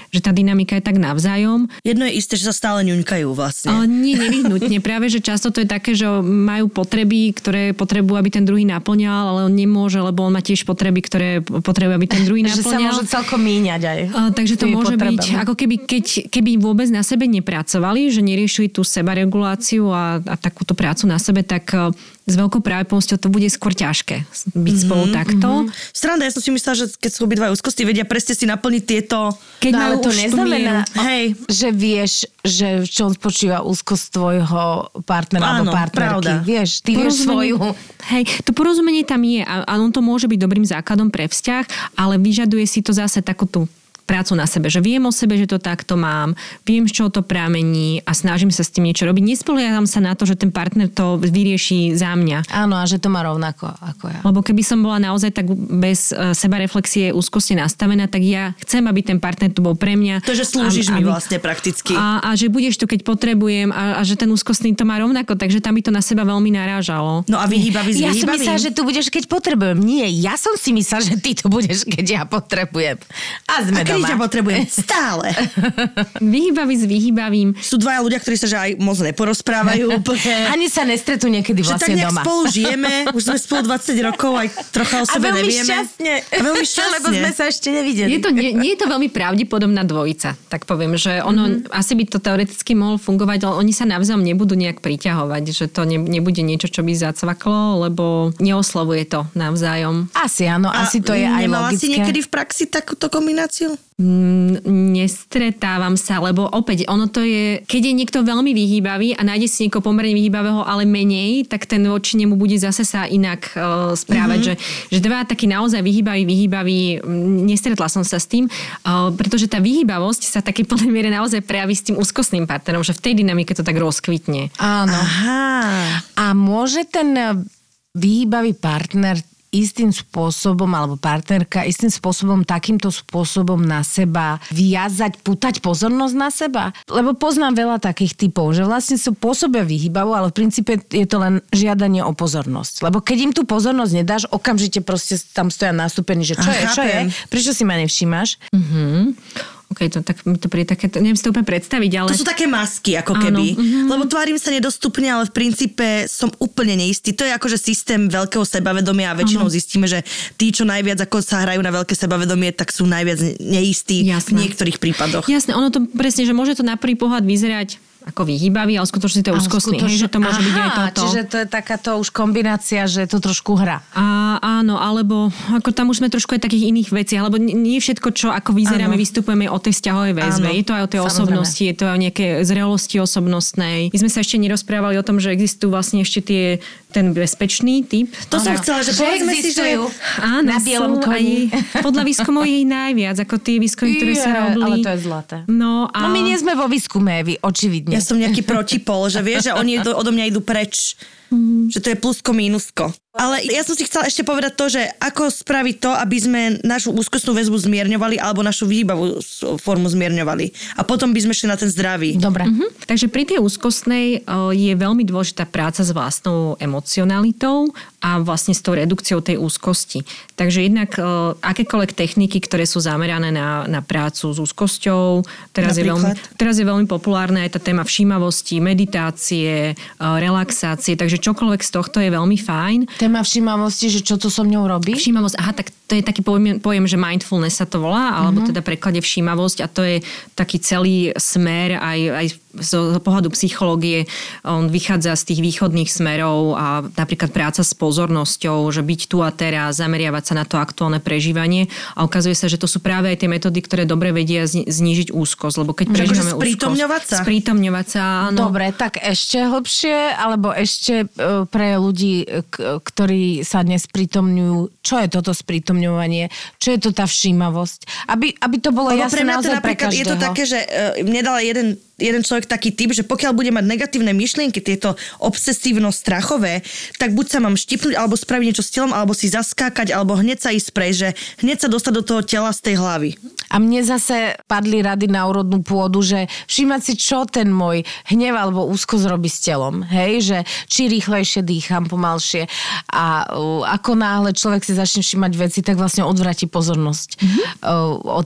že tá dynamika je tak navzájom. Jedno je isté, že sa stále ňuňkajú vlastne. Ale nie nevyhnutne. Práve, že často to je také, že majú potreby, ktoré potrebujú, aby ten druhý naplňal, ale on nemôže, lebo on má tiež potreby, ktoré potrebuje, aby ten druhý naplňal. Že sa môže celkom míňať aj. A, takže to môže potrebami. byť, ako keby, keď, keby vôbec na sebe nepracovali, že neriešili tú sebareguláciu a, a takúto prácu na sebe, tak s veľkou pravdepodobnosťou to bude skôr ťažké byť mm-hmm, spolu takto. Mm-hmm. Sranda, ja som si myslela, že keď sú obidva úzkosti, vedia presne si naplniť tieto... Keď no, ale to už neznamená, hej, že vieš, že v čom spočíva úzkosť tvojho partnera alebo partnerky. Pravda. Vieš, ty vieš svoju. Hej, to porozumenie tam je a, a on to môže byť dobrým základom pre vzťah, ale vyžaduje si to zase takú tú prácu na sebe, že viem o sebe, že to takto mám, viem, z čoho to pramení a snažím sa s tým niečo robiť. Nespolieham sa na to, že ten partner to vyrieši za mňa. Áno, a že to má rovnako ako ja. Lebo keby som bola naozaj tak bez sebareflexie úzkosti nastavená, tak ja chcem, aby ten partner tu bol pre mňa. To, že slúžiš a, mi aby, vlastne prakticky. A, a že budeš tu, keď potrebujem a, a že ten úzkostný to má rovnako, takže tam by to na seba veľmi narážalo. No a vyhýbavý s Ja vyhýbavým. som myslela, že tu budeš, keď potrebujem. Nie, ja som si myslela, že ty tu budeš, keď ja potrebujem. A sme A keď doma. ťa potrebujem? Stále. Vyhýbavý s vyhýbavým. Sú dvaja ľudia, ktorí sa že aj moc neporozprávajú úplne. Ani sa nestretú niekedy Že tak vlastne nejak doma. spolu žijeme, už sme spolu dvadsať rokov, aj trocha o A sebe veľmi nevieme. šťastne. A veľmi šťastne. Lebo sme sa ešte nevideli. Je to, nie, nie je to veľmi pravdepodobná dvojica, tak poviem, že ono, mm-hmm. asi by to teoreticky mohlo fungovať, ale oni sa navzájom nebudú nejak priťahovať, že to ne, nebude niečo, čo by zacvaklo, lebo neoslovuje to navzájom. Asi áno, A asi to je aj nemala logické. si niekedy v praxi takúto kombináciu? Mm, nestretávam sa, lebo opäť ono to je, keď je niekto veľmi vyhýbavý a nájde si niekoho pomerne vyhýbavého, ale menej, tak ten voči nemu bude zase sa inak uh, správať. Mm-hmm. Že, že dva taký naozaj vyhýbavý, vyhýbavý, nestretla som sa s tým, uh, pretože tá vyhýbavosť sa takej plnej miere naozaj prejaví s tým úzkostným partnerom, že v tej dynamike to tak rozkvitne. Áno. Aha. A môže ten vyhýbavý partner istým spôsobom, alebo partnerka istým spôsobom, takýmto spôsobom na seba viazať, pútať pozornosť na seba? Lebo poznám veľa takých typov, že vlastne sú pôsobia vyhýbavo, ale v princípe je to len žiadanie o pozornosť. Lebo keď im tú pozornosť nedáš, okamžite proste tam stoja nastúpení, že čo A je, čo je? Prečo si ma nevšímaš? Mhm. OK, to, tak mi to príde také, neviem si to úplne predstaviť, ale... To sú také masky, ako keby. Mm-hmm. Lebo tvárim sa nedostupne, ale v princípe som úplne neistý. To je akože systém veľkého sebavedomia a väčšinou ano. Zistíme, že tí, čo najviac ako sa hrajú na veľké sebavedomie, tak sú najviac neistí Jasné. v niektorých prípadoch. Jasné, ono to presne, že môže to na prvý pohľad vyzerať ako vyhýbavý, ale skutočne to je úzkostný. Hej, že to môže Aha, byť aj toto. Čiže to je takáto už kombinácia, že to trošku hra. A, áno, alebo ako tam už sme trošku aj takých iných vecí, alebo nie všetko, čo ako vyzeráme, áno. vystupujeme o tej vzťahovej väzbe. Áno, je to aj o tej samozrejme. osobnosti, je to aj o nejakej zrelosti osobnostnej. My sme sa ešte nerozprávali o tom, že existujú vlastne ešte tie, ten bezpečný typ. To áno. som chcela, že povedzme si, že... Áno, na bielom sú koni. aj, podľa výskumov je ich najviac, ako tie výskumy, ktoré sa Je, robili. ale to je zlaté. No, a... No my nie sme vo výskume, Evi, očividne. Ja som nejaký protipol, že vieš, že oni do, odo mňa idú preč. Mm. Že to je plusko, mínusko. Ale ja som si chcela ešte povedať to, že ako spraviť to, aby sme našu úzkostnú väzbu zmierňovali alebo našu výbavú formu zmierňovali. A potom by sme šli na ten zdravý. Dobre. Uh-huh. Takže pri tej úzkostnej uh, je veľmi dôležitá práca s vlastnou emocionalitou a vlastne s tou redukciou tej úzkosti. Takže jednak uh, akékoľvek techniky, ktoré sú zamerané na, na prácu s úzkosťou, teraz je, veľmi, teraz je veľmi populárna aj tá téma všímavosti, meditácie, uh, relaxácie, takže čokoľvek z tohto je veľmi fajn. Téma všímavosti, že čo to so mňou robí? Všímavosť, aha, tak to je taký pojem, pojem že mindfulness sa to volá, alebo Mhm. teda preklade všímavosť a to je taký celý smer aj, aj z pohľadu psychológie. On vychádza z tých východných smerov a napríklad práca s pozornosťou, že byť tu a teraz, zameriavať sa na to aktuálne prežívanie a ukazuje sa, že to sú práve aj tie metódy, ktoré dobre vedia znížiť úzkosť, lebo keď prežívame úzkosť... Sprítomňovať sa? Sprítomňovať sa, áno. Dobre, tak ešte hlbšie, alebo ešte e, pre ľudí, k- ktorí sa nesprítomňujú, čo je toto sprítomňovanie, čo je to tá všímavosť, aby, aby to bolo Lebo jasné pre mňa to naozaj pre napríklad je každého. to také, že uh, mne dala jeden jeden človek taký typ, že pokiaľ bude mať negatívne myšlienky, tieto obsesívno-strachové, tak buď sa mám štipnúť, alebo spraviť niečo s telom, alebo si zaskákať, alebo hneď sa ísť prejsť, že hneď sa dostať do toho tela z tej hlavy. A mne zase padli rady na úrodnú pôdu, že všímať si, čo ten môj hnev alebo úzkosť robí s telom. Hej, že či rýchlejšie dýcham, pomalšie. A uh, ako náhle človek si začne všímať veci, tak vlastne odvráti pozornosť mm-hmm. uh, od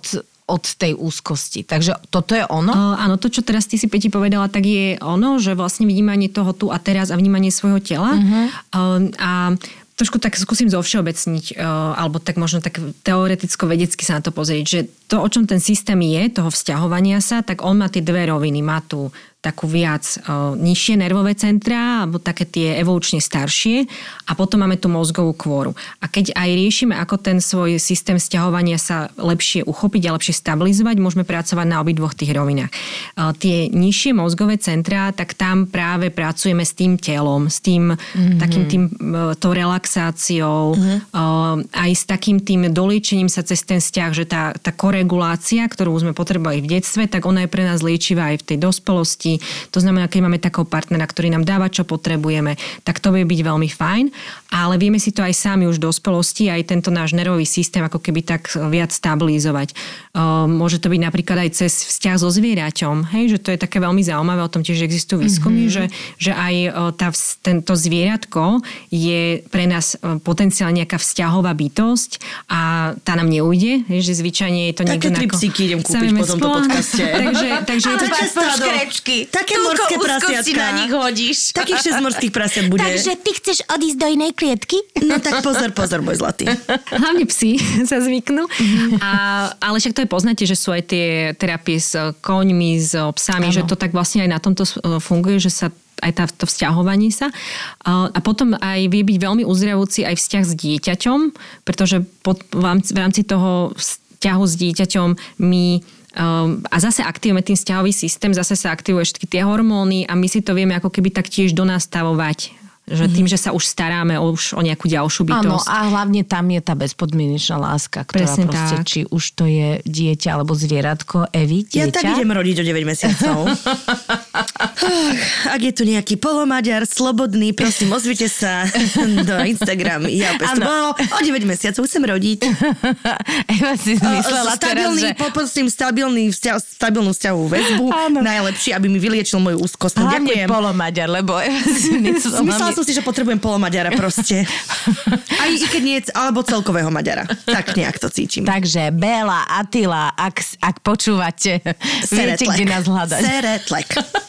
od tej úzkosti. Takže toto je ono? Uh, áno, to, čo teraz ty si, Peti, povedala, tak je ono, že vlastne vnímanie toho tu a teraz a vnímanie svojho tela. Uh-huh. Uh, a trošku tak skúsim zovšeobecniť, uh, alebo tak možno tak teoreticko-vedecky sa na to pozrieť, že to, o čom ten systém je, toho vzťahovania sa, tak on má tie dve roviny. Má tu takú viac uh, nižšie nervové centrá, alebo také tie evolučne staršie a potom máme tú mozgovú kôru. A keď aj riešime, ako ten svoj systém vzťahovania sa lepšie uchopiť a lepšie stabilizovať, môžeme pracovať na obidvoch tých rovinách. Uh, tie nižšie mozgové centrá, tak tam práve pracujeme s tým telom, s tým mm-hmm. takým tým, uh, tou relaxáciou, mm-hmm. uh, aj s takým tým doliečením sa cez ten vzťah, že tá, tá koregulácia, ktorú sme potrebovali v detstve, tak ona je pre nás liečivá aj v tej dospelosti. To znamená, keď máme takého partnera, ktorý nám dáva, čo potrebujeme, tak to vie byť veľmi fajn, ale vieme si to aj sami už v dospelosti, aj tento náš nervový systém ako keby tak viac stabilizovať. Môže to byť napríklad aj cez vzťah so zvieraťom, hej, že to je také veľmi zaujímavé, o tom tiež existujú výskumy, mm-hmm. že, že aj tá, tento zvieratko je pre nás potenciálne nejaká vzťahová bytosť a tá nám neujde, hej, že zvyčajne je to niekto... Také tri psíky idem kúpiť po tomto podcaste. takže, takže je to škrečky. Také morské prasiatka. Na nich hodíš. Takých šesť morských prasiat bude. Takže ty chceš odísť do inej klietky? No tak pozor, pozor, môj zlatý. Hlavne psi sa zvyknú. A, ale však to aj poznáte, že sú aj tie terapie s koňmi, s psami, ano. Že to tak vlastne aj na tomto funguje, že sa aj tá, to vzťahovanie sa. A potom aj vie byť veľmi uzdravujúci aj vzťah s dieťaťom, pretože pod, v rámci toho vzťahu s dieťaťom my Um, a zase aktivujeme tým vzťahový systém, zase sa aktivujú všetky tie hormóny a my si to vieme ako keby tak tiež donastavovať. Že tým, že sa už staráme už o nejakú ďalšiu bytosť. Áno, a hlavne tam je tá bezpodmienečná láska, ktorá Presne proste, tak. Či už to je dieťa alebo zvieratko, Evi, dieťa. Ja tak idem rodiť o deväť mesiacov. Ak je tu nejaký polomaďar, slobodný, prosím, ozvite sa do Instagram. Ja pestovala, o deväť mesiacov chcem rodiť. Eva si myslela stabilný, teraz, že... Poprosím stabilný vzťah, stabilnú vzťahovú väzbu. Áno. Najlepšie, aby mi vyliečil moju úzkosť. Hlavne polomaďar, lebo Eva si myslela... som si, že potrebujem polomaďara proste. Aj i keď nie, alebo celkového Maďara. Tak nejak to cítim. Takže Béla, Attila, ak, ak počúvate, viete, kde nás hľadať. Seretlek.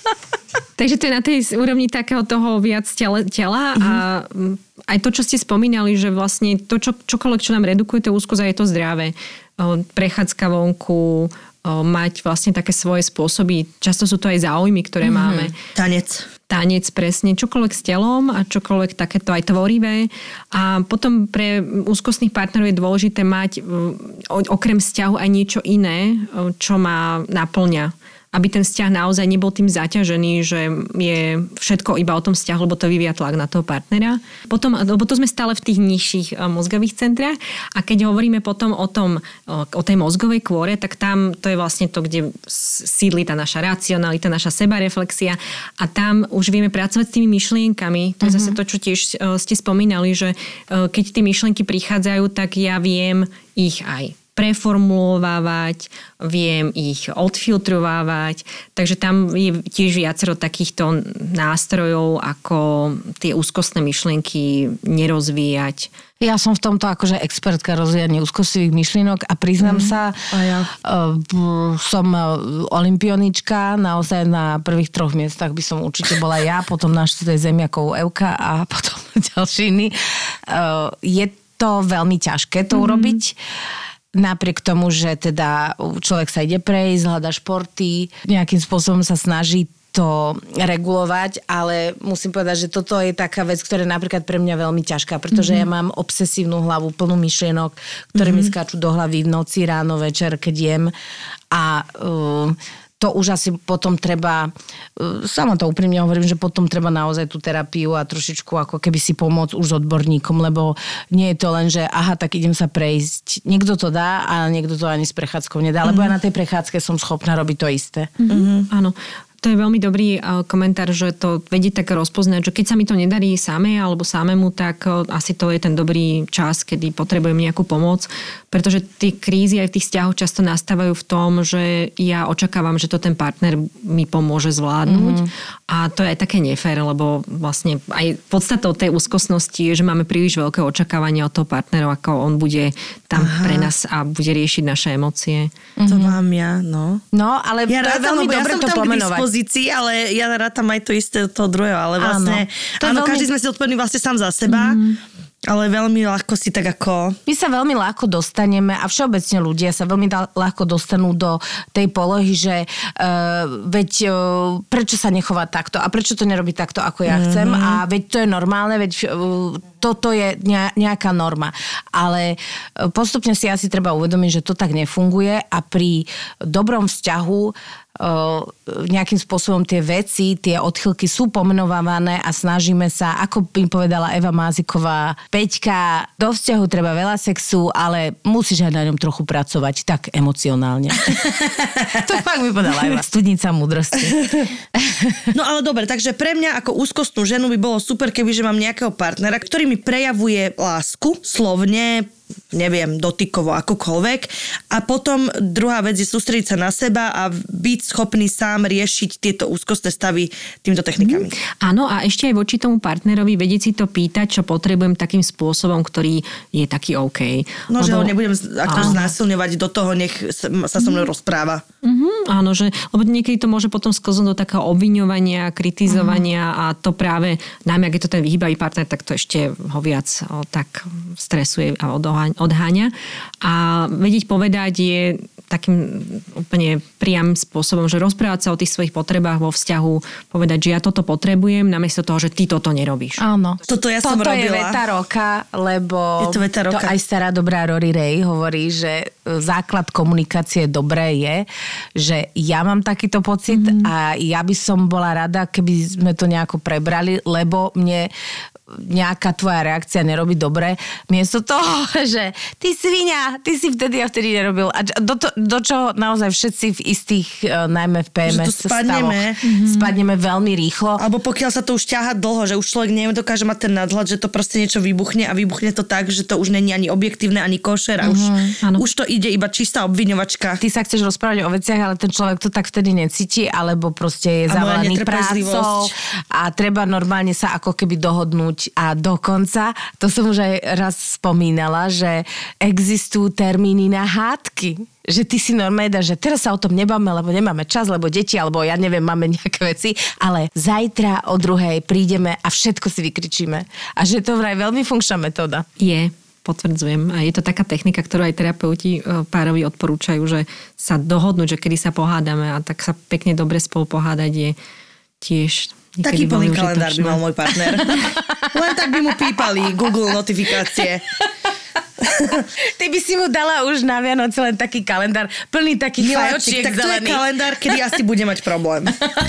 Takže to je na tej úrovni takého toho viac tela, tela mm-hmm. a aj to, čo ste spomínali, že vlastne to, čo, čokoľvek, čo nám redukuje to úzkosť, je to zdravé. Prechádzka vonku, mať vlastne také svoje spôsoby. Často sú to aj záujmy, ktoré mm-hmm. máme. Tanec. Tanec, presne. Čokoľvek s telom a čokoľvek takéto aj tvorivé. A potom pre úzkostných partnerov je dôležité mať okrem vzťahu aj niečo iné, čo ma naplňa. Aby ten vzťah naozaj nebol tým zaťažený, že je všetko iba o tom vzťahu, lebo to vyvíja tlak na toho partnera. Potom, lebo to sme stále v tých nižších mozgových centrách a keď hovoríme potom o tom, o tej mozgovej kôre, tak tam to je vlastne to, kde sídli tá naša racionalita, naša sebareflexia a tam už vieme pracovať s tými myšlienkami. To je zase to, čo tiež ste spomínali, že keď tie myšlienky prichádzajú, tak ja viem ich aj preformulovávať, viem ich odfiltrovávať, takže tam je tiež viacero takýchto nástrojov, ako tie úzkostné myšlienky nerozvíjať. Ja som v tomto akože expertka rozvíjania úzkostlivých myšlienok a priznám mm, sa, a ja. uh, som olympionička, naozaj na prvých troch miestach by som určite bola ja, potom na štvrtej zemiakov Evka a potom ďalší iný. Uh, je to veľmi ťažké to mm. urobiť. Napriek tomu, že teda človek sa ide prejsť, hľada športy, nejakým spôsobom sa snaží to regulovať, ale musím povedať, že toto je taká vec, ktorá je napríklad pre mňa veľmi ťažká, pretože mm-hmm. ja mám obsesívnu hlavu, plnú myšlienok, ktoré mm-hmm. mi skáču do hlavy v noci, ráno, večer, keď jem a... Uh, to už asi potom treba, sama to úprimne hovorím, že potom treba naozaj tú terapiu a trošičku ako keby si pomôcť už s odborníkom, lebo nie je to len, že aha, tak idem sa prejsť. Niekto to dá a niekto to ani s prechádzkou nedá, lebo mm-hmm. ja na tej prechádzke som schopná robiť to isté. Mm-hmm. Áno. To je veľmi dobrý komentár, že to vedie tak rozpoznať, že keď sa mi to nedarí samé alebo samému, tak asi to je ten dobrý čas, kedy potrebujem nejakú pomoc, pretože tie krízy aj v tých vzťahoch často nastávajú v tom, že ja očakávam, že to ten partner mi pomôže zvládnuť mm-hmm. a to je aj také nefér, lebo vlastne aj podstatou tej úzkostnosti je, že máme príliš veľké očakávania od toho partnera, ako on bude tam Aha. pre nás a bude riešiť naše emócie. Mm-hmm. To mám ja, no. No, ale ja to je veľmi dobre ja to pomenovať. Ale ja rátam aj to isté toho druhého, ale vlastne áno, áno veľmi... každý sme si odpovední vlastne sám za seba, mm. ale veľmi ľahko si tak ako... My sa veľmi ľahko dostaneme a všeobecne ľudia sa veľmi ľahko dostanú do tej polohy, že uh, veď uh, prečo sa nechová takto a prečo to nerobí takto, ako ja mm-hmm. chcem a veď to je normálne, veď uh, toto je nejaká norma. Ale postupne si asi treba uvedomiť, že to tak nefunguje a pri dobrom vzťahu nejakým spôsobom tie veci, tie odchylky sú pomenovávané a snažíme sa, ako by povedala Eva Máziková, Peťka, do vzťahu treba veľa sexu, ale musíš aj na ňom trochu pracovať, tak emocionálne. To fakt by povedala Eva, studnica múdrosti. No ale dobre, takže pre mňa ako úzkostnú ženu by bolo super, kebyže mám nejakého partnera, ktorý mi prejavuje lásku, slovne, neviem, dotykovo, akokoľvek. A potom druhá vec je sústrediť sa na seba a byť schopný sám riešiť tieto úzkostné stavy týmito technikami. Mm. Áno, a ešte aj voči tomu partnerovi vedieť si to pýtať, čo potrebujem takým spôsobom, ktorý je taký OK. No, Lebo... že ho nebudem ako znásilňovať do toho, nech sa so mnou mm. rozpráva. Mm-hmm, áno, že, lebo niekedy to môže potom sklznúť do takého obviňovania, kritizovania mm. a to práve, najmä ak je to ten vyhýbavý partner, tak to ešte ho viac o, tak stresuje a odháňa. A vedieť povedať je takým úplne priamym spôsobom, že rozprávať sa o tých svojich potrebách vo vzťahu, povedať, že ja toto potrebujem, namiesto toho, že ty toto nerobíš. Áno. Toto ja toto som robila. je veta roka, lebo je to, veta roka. To aj stará dobrá Rory Ray hovorí, že základ komunikácie dobré je, že ja mám takýto pocit mm. a ja by som bola rada, keby sme to nejako prebrali, lebo mne nejaká tvoja reakcia nerobí dobre. Miesto toho, že ty svinia, ty si vtedy a vtedy nerobil. A do, to, do čoho naozaj všetci v istých, najmä v pé em es stavoch, mm-hmm. spadneme veľmi rýchlo. Alebo pokiaľ sa to už ťaha dlho, že už človek nedokáže mať ten nadhľad, že to proste niečo vybuchne a vybuchne to tak, že to už není ani objektívne, ani košer a mm-hmm. už, už to ide iba čistá obviňovačka. Ty sa chceš rozprávať o veciach, ale ten človek to tak vtedy necíti, alebo proste je zavolaný prácou a treba normálne sa ako keby dohodnúť. A dokonca, to som už aj raz spomínala, že existujú termíny na hádky. Že ty si normálne dá, že teraz sa o tom nebáme, lebo nemáme čas, lebo deti, alebo ja neviem, máme nejaké veci, ale zajtra o druhej prídeme a všetko si vykričíme. A že to vraj veľmi funkčná metóda. Je. Potvrdzujem. A je to taká technika, ktorú aj terapeuti párovi odporúčajú, že sa dohodnúť, že kedy sa pohádame a tak sa pekne dobre spolu pohádať je tiež... Taký plný kalendár by mal môj partner. Len tak by mu pípali Google notifikácie. Ty by si mu dala už na Vianoce len taký kalendár plný takých fajočiek zelených. Tak to je kalendár, kedy asi bude mať problém.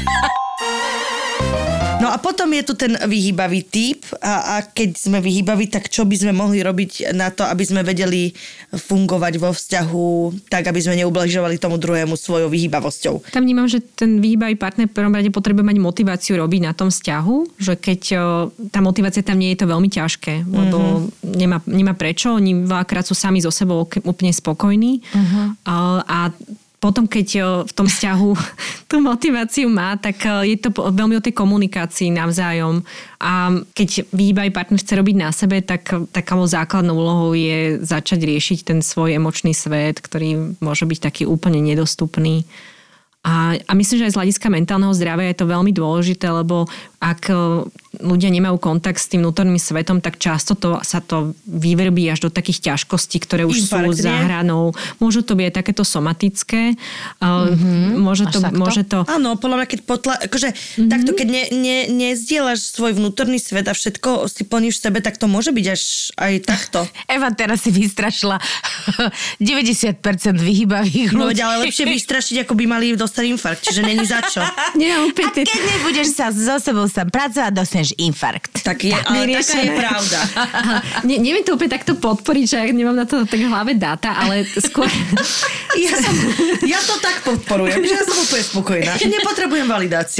No a potom je tu ten vyhýbavý typ a, a keď sme vyhýbaví, tak čo by sme mohli robiť na to, aby sme vedeli fungovať vo vzťahu tak, aby sme neubližovali tomu druhému svojou vyhýbavosťou. Tam vnímam, že ten vyhýbavý partner v prvom rade potrebuje mať motiváciu robiť na tom vzťahu, že keď tá motivácia tam nie je, to veľmi ťažké, lebo mm-hmm. nemá, nemá prečo, oni veľakrát sú sami so sebou úplne spokojní mm-hmm. a, a potom, keď v tom vzťahu tú motiváciu má, tak je to veľmi o tej komunikácii navzájom. A keď vyhýbavý partner chce robiť na sebe, tak takou základnou úlohou je začať riešiť ten svoj emočný svet, ktorý môže byť taký úplne nedostupný. A, a myslím, že aj z hľadiska mentálneho zdravia je to veľmi dôležité, lebo ak ľudia nemajú kontakt s tým vnútorným svetom, tak často to, sa to vyvrbí až do takých ťažkostí, ktoré už Infarkt, sú za hranou. Môžu to byť aj takéto somatické. Mm-hmm. Môže, to, môže to... Áno, podľa mňa, keď potla... akože, mm-hmm. takto, keď ne, ne, nezdieľaš svoj vnútorný svet a všetko si plníš v sebe, tak to môže byť až aj takto. Eva teraz si vystrašila deväťdesiat percent vyhýbavých ľudí. No veď, ale lepšie vystrašiť, ako by mali dostať infarkt, čiže není za čo. Nie, a keď nebudeš sa so sebou sa pracovať, dostaneš dostaneš infarkt. Tak je, ale taká je pravda. Ne, neviem to úplne takto podporiť, že ja nemám na to tak v hlave dáta, ale skôr... Ja, som, ja to tak podporujem, že ja som úplne spokojná. Nepotrebujem validáciu.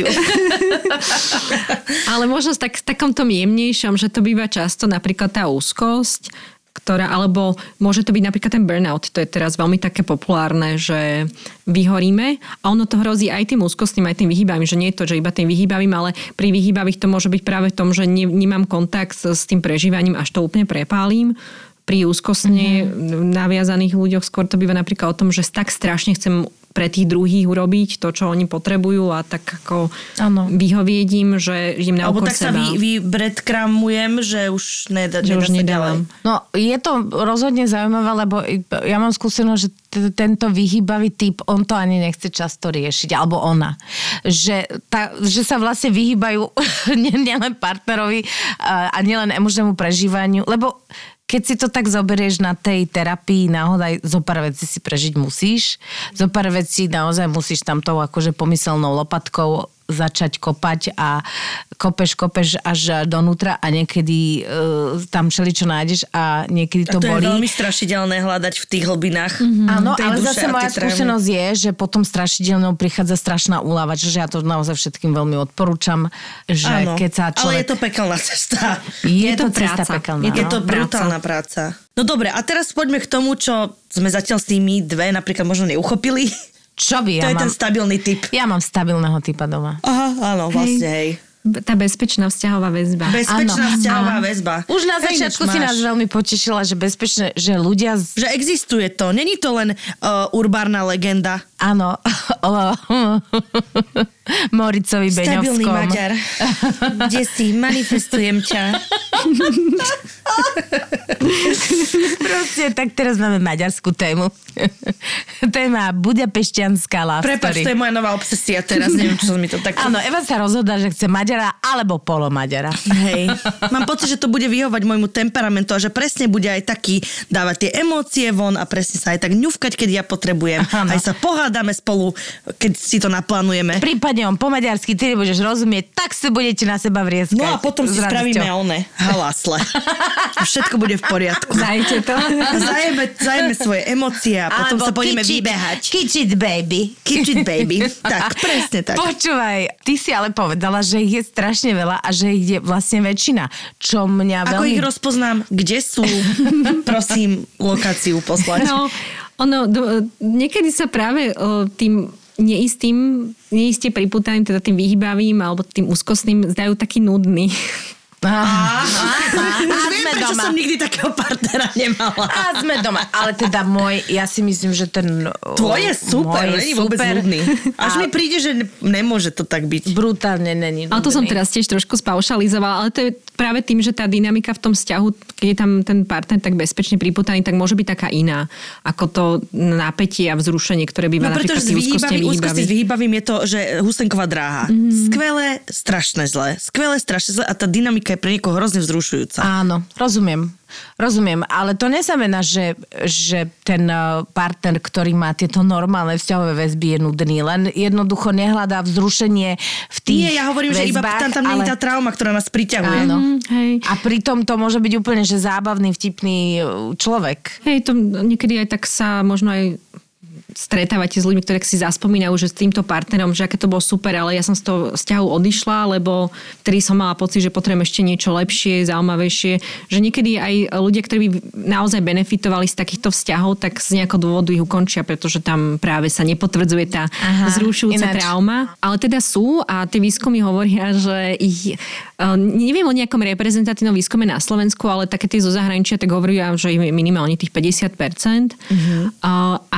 Ale možno v tak, takomto jemnejšom, že to býva často napríklad tá úzkosť, ktorá, alebo môže to byť napríklad ten burnout, to je teraz veľmi také populárne, že vyhoríme a ono to hrozí aj tým úzkostným, aj tým vyhýbavým, že nie je to, že iba tým vyhýbavým, ale pri vyhýbavých to môže byť práve v tom, že ne, nemám kontakt s tým prežívaním, až to úplne prepálim. Pri úzkostne mm-hmm. naviazaných ľuďoch skôr to býva napríklad o tom, že tak strašne chcem pre tých druhých urobiť to, čo oni potrebujú a tak ako ano. vyhovieť im, že idem na úkor seba. Alebo tak sa vy, vybredkramujem, že už, nedá, že už nedávam. No, je to rozhodne zaujímavé, lebo ja mám skúsenosť, že t- tento vyhýbavý typ, on to ani nechce často riešiť, alebo ona. Že, tá, že sa vlastne vyhýbajú nielen partnerovi a nielen emočnému prežívaniu, lebo keď si to tak zoberieš na tej terapii, naozaj zo pár vecí si prežiť musíš. Zo pár vecí naozaj musíš tam tou akože pomyselnou lopatkou začať kopať a kopeš, kopeš až donútra a niekedy uh, tam všeličo nájdeš a niekedy to, to bolí. A to je veľmi strašidelné hľadať v tých hlbinách. Mm-hmm. Áno, ale zase moja skúsenosť je, že potom strašidelnou prichádza strašná úľava, čiže ja to naozaj všetkým veľmi odporúčam, že áno, keď sa človek... ale je to pekelná cesta. Je, je to, to cesta pekelná. Je to no? brutálna práca. No dobre, a teraz poďme k tomu, čo sme zatiaľ s tými dve napríklad možno neuchopili. Čo by? To Ja je mám, ten stabilný typ. Ja mám stabilného typa doma. Aha, áno, vlastne, hej. Tá bezpečná vzťahová väzba. Bezpečná áno, vzťahová áno. väzba. Už na začiatku si nás veľmi potešila, že bezpečné, že ľudia... Z... Že existuje to. Není to len uh, urbárna legenda. Áno. O Moricovi Beňovskom. Stabilný Maďar. Kde si? Manifestujem ťa. Proste, tak teraz máme maďarskú tému. Téma budapešťanská love story. Prepáč, to je moja nová obsesia teraz. Neviem, čo mi to tak... Áno, Eva sa rozhodla, že chce Maďara alebo polomaďara. Hej. Mám pocit, že to bude vyhovať môjmu temperamentu a že presne bude aj taký dávať tie emócie von a presne sa aj tak ňufkať, keď ja potrebujem. Ano. Aj sa pohádame spolu, keď si to naplánujeme. Prípadne on po maďarsky, ty nebudeš rozumieť, tak si budete na seba vrieskať. No a potom si spravíme one halasle. Všetko bude v poriadku. Zajete to. Zajeme, zajeme svoje emócie a potom alebo sa pôjdeme vybehať. Kitchit baby. Kitchit baby. Tak, presne tak. Počúvaj, ty si ale povedala, že ich je strašne veľa a že ich je vlastne väčšina. Čo mňa Ako veľmi... ich rozpoznám? Kde sú? Prosím, lokáciu poslať. No, ono, do, niekedy sa práve o, tým neistým, neisté pripútaným, teda tým vyhýbavým alebo tým úzkostným zdajú taký nudný. Aha, Už viem, prečo doma. Som nikdy takého partnera nemala. A sme doma. Ale teda môj, ja si myslím, že ten... Tvoj je super, není vôbec nudný. Až a... mi príde, že nemôže to tak byť. Brutálne není nudný. Ale to som teraz tiež trošku spaušalizovala, ale to je práve tým, že tá dynamika v tom vzťahu, keď je tam ten partner tak bezpečne priputaný, tak môže byť taká iná, ako to napätie a vzrušenie, ktoré býva no, napríklad tým úzkosti úzkosti s vyhýbavým je to, že hustenková dráha. Mm-hmm. Skvelé, strašné zlé. Skvelé, strašné zlé a tá dynamika je pre niekoho hrozne vzrušujúca. Áno, rozumiem. Rozumiem, ale to neznamená, že, že ten partner, ktorý má tieto normálne vzťahové väzby je nudný, len jednoducho nehľadá vzrušenie v tých Nie, ja hovorím, väzbách, že iba tam, tam nie je tá trauma, ktorá nás priťahuje. Áno. Mm, hej. A pritom to môže byť úplne, že zábavný, vtipný človek. Hej, to niekedy aj tak sa možno aj stretávate s ľuďmi, ktorí si zaspomínajú, že s týmto partnerom, že aké to bolo super, ale ja som z toho vzťahu odišla, lebo vtedy som mala pocit, že potrebujem ešte niečo lepšie, zaujímavejšie. Že niekedy aj ľudia, ktorí by naozaj benefitovali z takýchto vzťahov, tak z nejakého dôvodu ich ukončia, pretože tam práve sa nepotvrdzuje tá Aha, zrušujúca ináč. trauma. Ale teda sú a tie výskumy hovoria, že ich, neviem o nejakom reprezentatívnom výskume na Slovensku, ale také tie zo zahraničia tak hovoria, že minimálne tých päťdesiat percent. Uh-huh. A, a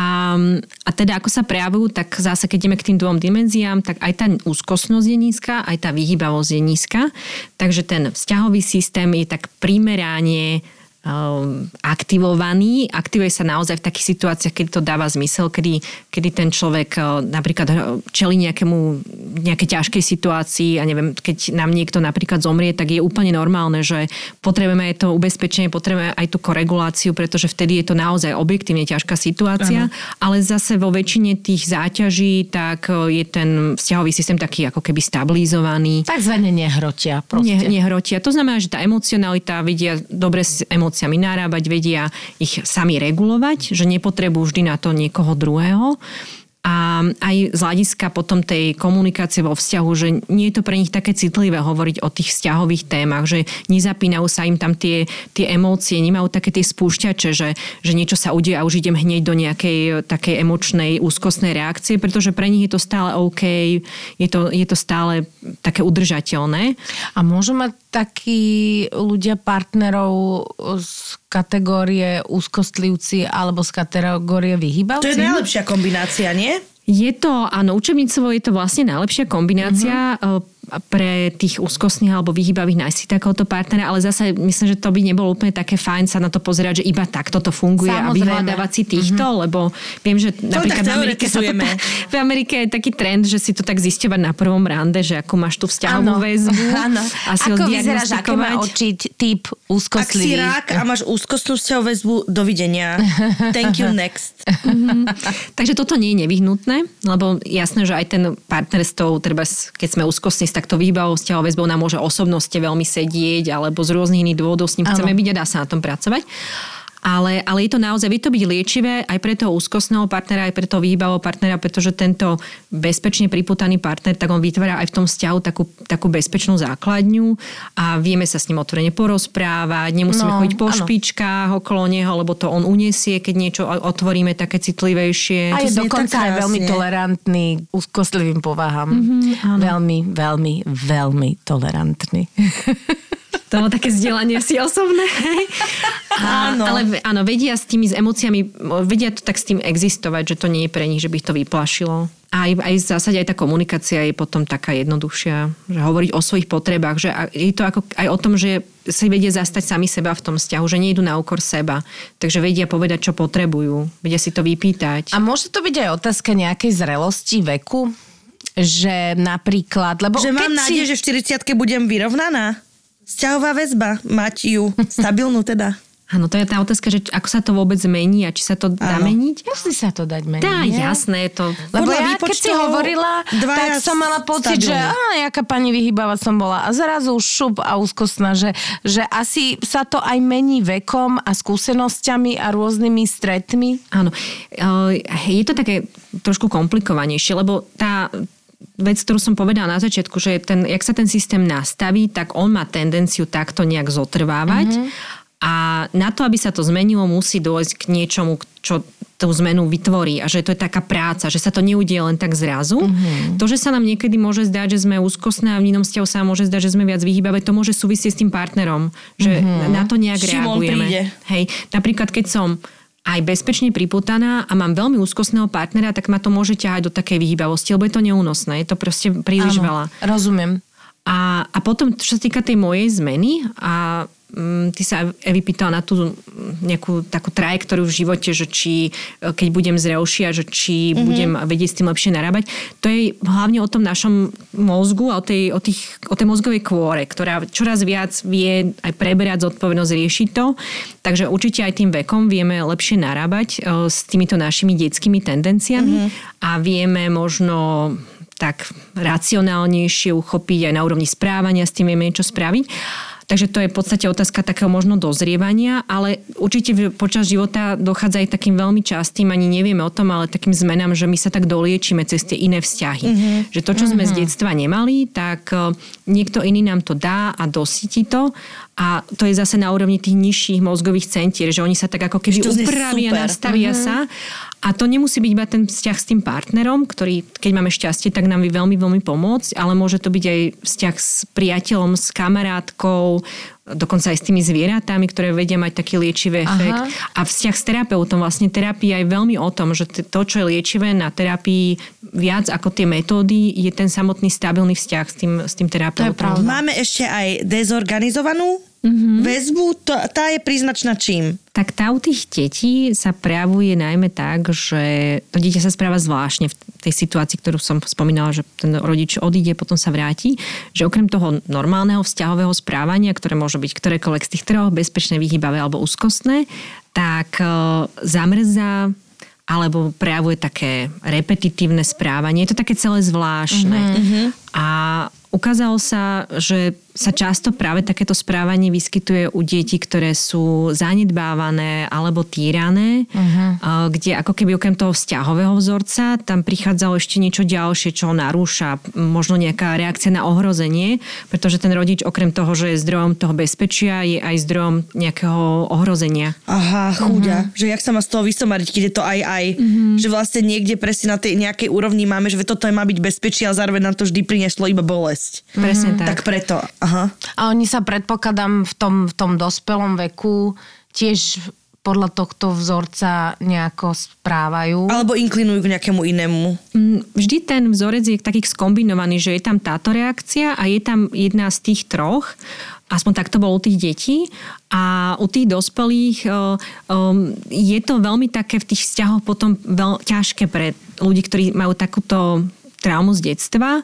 A teda ako sa prejavujú, tak zase keď ideme k tým dvom dimenziám, tak aj tá úzkostnosť je nízka, aj tá vyhýbavosť je nízka. Takže ten vzťahový systém je tak primerane aktivovaný. Aktivuje sa naozaj v takých situáciách, keď to dáva zmysel, kedy, kedy ten človek napríklad čelí nejakému, nejakej ťažkej situácii a neviem, keď nám niekto napríklad zomrie, tak je úplne normálne, že potrebujeme aj to ubezpečenie, potrebujeme aj tú koreguláciu, pretože vtedy je to naozaj objektívne ťažká situácia, uh-huh. ale zase vo väčšine tých záťaží, tak je ten vzťahový systém taký ako keby stabilizovaný. Takzvané nehrotia. Ne, nehrotia. To znamená, že tá emocionalita vedia dobre s emóciami narábať, vedia ich sami regulovať, že nepotrebujú vždy na to niekoho druhého. A aj z hľadiska potom tej komunikácie vo vzťahu, že nie je to pre nich také citlivé hovoriť o tých vzťahových témach, že nezapínajú sa im tam tie, tie emócie, nemajú také tie spúšťače, že, že niečo sa udeje a už idem hneď do nejakej takej emočnej, úzkostnej reakcie, pretože pre nich je to stále OK, je to, je to stále také udržateľné. A môžu mať takí ľudia partnerov z kategórie úzkostlivci alebo z kategórie vyhýbavci? To je najlepšia kombinácia, nie? Je to, áno, učebnicovo je to vlastne najlepšia kombinácia uh-huh. pre tých úzkostných alebo vyhýbavých nájsť si takéhoto partnera, ale zase myslím, že to by nebolo úplne také fajn sa na to pozerať, že iba takto to funguje. Samozrejme. A vyhľadávať si týchto, uh-huh. lebo viem, že to napríklad v Amerike, sa to, v Amerike je taký trend, že si to tak zisťovať na prvom rande, že ako máš tú vzťahovú väzbu. Áno. Ako vyzeráš, aké má oči typ úzkostlivý? Ak si rák a máš úzkostnú vzťahovú väzbu, dovidenia. Thank you, next. Uh-huh. Takže toto nie je nevyhnutné, lebo jasné, že aj ten partner s tou, treba, keď sme úzkostní s takto výbavou, vzťahovou väzbou, nám môže osobnosti veľmi sedieť, alebo z rôznych iných dôvodov s ním chceme byť a dá sa na tom pracovať. Ale, ale je to naozaj, vie to byť liečivé aj pre toho úzkostného partnera, aj pre toho výbavového partnera, pretože tento bezpečne pripútaný partner, tak on vytvára aj v tom vzťahu takú, takú bezpečnú základňu a vieme sa s ním otvorene porozprávať, nemusíme no, chodiť po áno. špičkách okolo neho, lebo to on uniesie, keď niečo otvoríme také citlivejšie. A je dokonca aj veľmi tolerantný úzkostlivým povahám. Mm-hmm, veľmi, veľmi, veľmi tolerantný. To bolo také zdieľanie si osobné. A, áno. Ale áno, vedia s tými s emóciami, vedia to tak s tým existovať, že to nie je pre nich, že by ich to vyplašilo. A aj, aj v zásade aj tá komunikácia je potom taká jednoduchšia, že hovoriť o svojich potrebách, že je to ako aj o tom, že si vedia zastať sami seba v tom vzťahu, že nie idú na úkor seba. Takže vedia povedať, čo potrebujú, vedia si to vypýtať. A môže to byť aj otázka nejakej zrelosti veku? Že napríklad, lebo že mám nádej, si... že v štyridsiatke budem vyrovnaná? Vzťahová väzba, mať ju stabilnú teda. Áno, to je tá otázka, že ako sa to vôbec mení a či sa to dá áno. meniť? Musí sa to dať meniť. Dá, jasné. To... Lebo ja, keď si hovorila, tak som mala pocit, stabilný. Že á, jaká pani vyhýbava som bola. A zrazu šup a úzkostná, že, že asi sa to aj mení vekom a skúsenosťami a rôznymi stretmi. Áno. Je to také trošku komplikovanejšie, lebo tá... vec, ktorú som povedala na začiatku, že ten, jak sa ten systém nastaví, tak on má tendenciu takto nejak zotrvávať. Mm-hmm. A na to, aby sa to zmenilo, musí dôjsť k niečomu, čo tú zmenu vytvorí. A že to je taká práca, že sa to neudie len tak zrazu. Mm-hmm. To, že sa nám niekedy môže zdať, že sme úzkostné a v inom vzťahu sa môže zdať, že sme viac vyhýbavé, to môže súvisieť s tým partnerom. Že mm-hmm. na to nejak Čím reagujeme. Hej, napríklad, keď som aj bezpečne pripútaná a mám veľmi úzkostného partnera, tak ma to môže ťahať do takej vyhýbavosti, lebo je to neúnosné. Je to proste príliš áno, veľa. Rozumiem. A, a potom, čo sa týka tej mojej zmeny a mm, ty sa Evi pýtala na tú nejakú takú trajektóriu v živote, že či keď budem zrelšia, že či mm-hmm. budem vedieť s tým lepšie narábať. To je hlavne o tom našom mozgu a o tej, o tých, o tej mozgovej kôre, ktorá čoraz viac vie aj preberať zodpovednosť, riešiť to. Takže určite aj tým vekom vieme lepšie narábať s týmito našimi detskými tendenciami mm-hmm. a vieme možno tak racionálnejšie uchopiť aj na úrovni správania, s tým vieme niečo spraviť. Takže to je v podstate otázka takého možno dozrievania, ale určite počas života dochádza aj takým veľmi častým, ani nevieme o tom, ale takým zmenám, že my sa tak doliečime cez tie iné vzťahy. Mm-hmm. Že to, čo sme mm-hmm. z detstva nemali, tak niekto iný nám to dá a dosytí to. A to je zase na úrovni tých nižších mozgových centier, že oni sa tak ako keby upravia, nastavia mm-hmm. sa A to nemusí byť iba ten vzťah s tým partnerom, ktorý, keď máme šťastie, tak nám vie veľmi, veľmi pomôcť, ale môže to byť aj vzťah s priateľom, s kamarátkou, dokonca aj s tými zvieratami, ktoré vedia mať taký liečivý efekt. Aha. A vzťah s terapeutom, vlastne terapia je veľmi o tom, že to, čo je liečivé na terapii viac ako tie metódy, je ten samotný stabilný vzťah s tým, s tým terapeutom. Máme ešte aj dezorganizovanú mm-hmm. väzbu, to, tá je príznačná čím? Tak tá u tých detí sa prejavuje najmä tak, že to dieťa sa správa zvláštne v tej situácii, ktorú som spomínala, že ten rodič odíde, potom sa vráti, že okrem toho normálneho vzťahového správania, ktoré môže byť ktorékoľvek z tých troch, bezpečné, vyhýbavé alebo úzkostné, tak zamrzá alebo prejavuje také repetitívne správanie. Je to také celé zvláštne. Mm-hmm. A ukázalo sa, že sa často práve takéto správanie vyskytuje u detí, ktoré sú zanedbávané alebo týrané, uh-huh. kde ako keby okrem toho vzťahového vzorca tam prichádzalo ešte niečo ďalšie, čo narúša, možno nejaká reakcia na ohrozenie, pretože ten rodič okrem toho, že je zdrojom toho bezpečia, je aj zdrojom nejakého ohrozenia. Aha, chúďa, uh-huh. že jak sa má z toho vysomariť, keď je to aj aj, uh-huh. že vlastne niekde presne na tej nejakej úrovni máme, že toto má byť bezpečie, ale zároveň nám to vždy prinieslo iba bolesť. Presne uh-huh. tak. Tak preto. Aha. A oni sa predpokladám v tom, v tom dospelom veku tiež podľa tohto vzorca nejako správajú. Alebo inklinujú k nejakému inému. Vždy ten vzorec je taký skombinovaný, že je tam táto reakcia a je tam jedna z tých troch. Aspoň tak to bolo u tých detí. A u tých dospelých um, je to veľmi také v tých vzťahoch potom veľ, ťažké pre ľudí, ktorí majú takúto traumu z detstva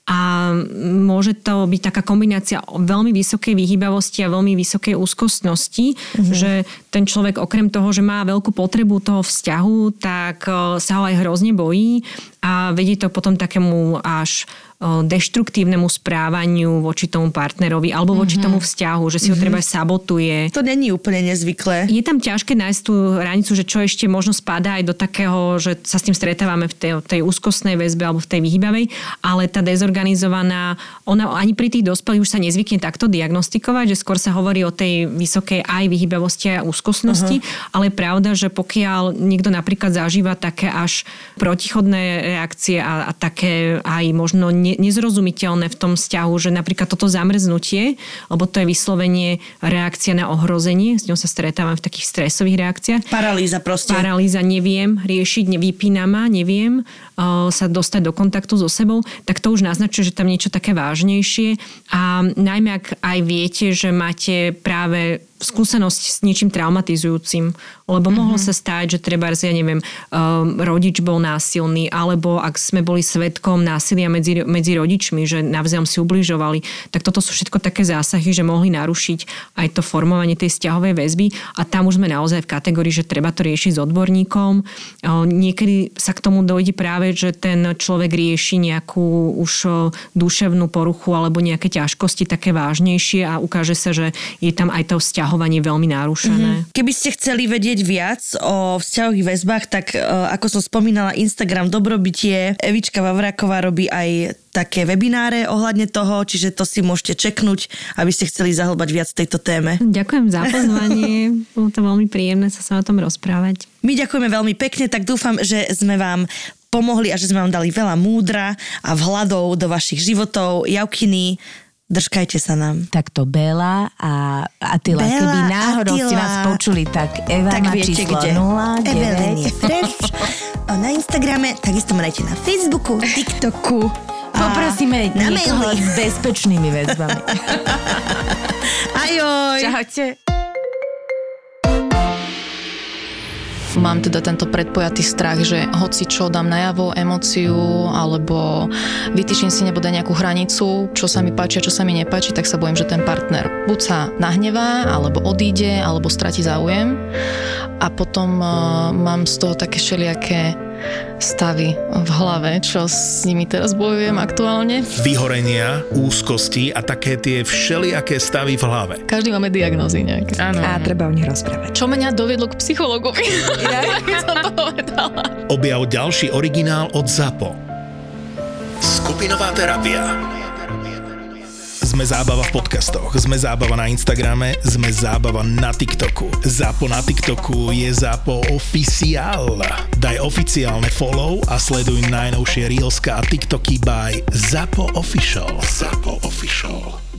a môže to byť taká kombinácia veľmi vysokej vyhýbavosti a veľmi vysokej úzkostnosti, mm-hmm. že ten človek okrem toho, že má veľkú potrebu toho vzťahu, tak sa ho aj hrozne bojí a vedie to potom takému až deštruktívnemu správaniu voči tomu partnerovi alebo voči mm-hmm. tomu vzťahu, že si ho mm-hmm. treba sabotuje. To není úplne nezvyklé. Je tam ťažké nájsť tú hranicu, že čo ešte možno spadá aj do takého, že sa s tým stretávame v tej, tej úzkostnej väzbe alebo v tej vyhýbavej, ale tá dezorganizovaná, ona ani pri tých dospelých už sa nezvykne takto diagnostikovať, že skôr sa hovorí o tej vysokej aj vyhýbavosti a úzkostnosti, uh-huh. ale je pravda, že pokiaľ niekto napríklad zažíva také až protichodné reakcie a, a také aj možno ne, nezrozumiteľné v tom vzťahu, že napríklad toto zamrznutie, lebo to je vyslovene reakcia na ohrozenie, s ňou sa stretávam v takých stresových reakciách. Paralýza proste. Paralýza, neviem riešiť, vypína ma, neviem uh, sa dostať do kontaktu so sebou, tak to už naznačuje, že tam niečo také vážnejšie a najmä ak aj viete, že máte práve skúsenosť s niečím traumatizujúcim, lebo mm-hmm. mohlo sa stať, že trebárs, ja neviem, um, rodič bol násilný, alebo ak sme boli svedkom násilia medzi, medzi rodičmi, že navzájom si ubližovali, tak toto sú všetko také zásahy, že mohli narušiť aj to formovanie tej vzťahovej väzby a tam už sme naozaj v kategórii, že treba to riešiť s odborníkom. Um, niekedy sa k tomu dojde práve, že ten človek rieši nejakú už duševnú poruchu alebo nejaké ťažkosti také vážnejšie a ukáže sa, že je tam aj to vzťah veľmi narušené. Mm-hmm. Keby ste chceli vedieť viac o vzťahových väzbách, tak uh, ako som spomínala, Instagram Dobrobytie. Evička Vavráková robí aj také webináre ohľadne toho, čiže to si môžete čeknúť, aby ste chceli zahlbať viac tejto téme. Ďakujem za pozvanie. Bolo to veľmi príjemné sa sa o tom rozprávať. My ďakujeme veľmi pekne, tak dúfam, že sme vám pomohli a že sme vám dali veľa múdra a vhľadov do vašich životov. Javkiny, držkajte sa nám. Takto Bela a Atila, Bela, keby náhodou Attila. ste nás počuli, tak Eva tak má viete, číslo kde. nula Evelyn je deväť. fresh. Na Instagrame, takisto ma nájdete na Facebooku, TikToku. Poprosíme na niekoho maili. s bezpečnými väzbami. Ajoj. Čaute. Mám teda tento predpojatý strach, že hoci čo dám najavo, emóciu alebo vytýčim si nebude nejakú hranicu, čo sa mi páči a čo sa mi nepáči, tak sa bojím, že ten partner buď sa nahnevá, alebo odíde, alebo stratí záujem. A potom uh, mám z toho také všelijaké stavy v hlave, čo s nimi teraz bojujem aktuálne. Vyhorenia, úzkosti a také tie všelijaké stavy v hlave. Každý máme diagnózy nejaké. Áno. A treba o nich rozprávať. Čo mňa doviedlo k psychologovi? Ja by som to povedala. Objav ďalší originál od ZAPO. Skupinová terapia. Sme zábava v podcastoch, sme zábava na Instagrame, sme zábava na TikToku. Zápo na TikToku je Zápo oficiál. Daj oficiálne follow a sleduj najnovšie reelska a TikToky by Zápo Official. Zápo Official.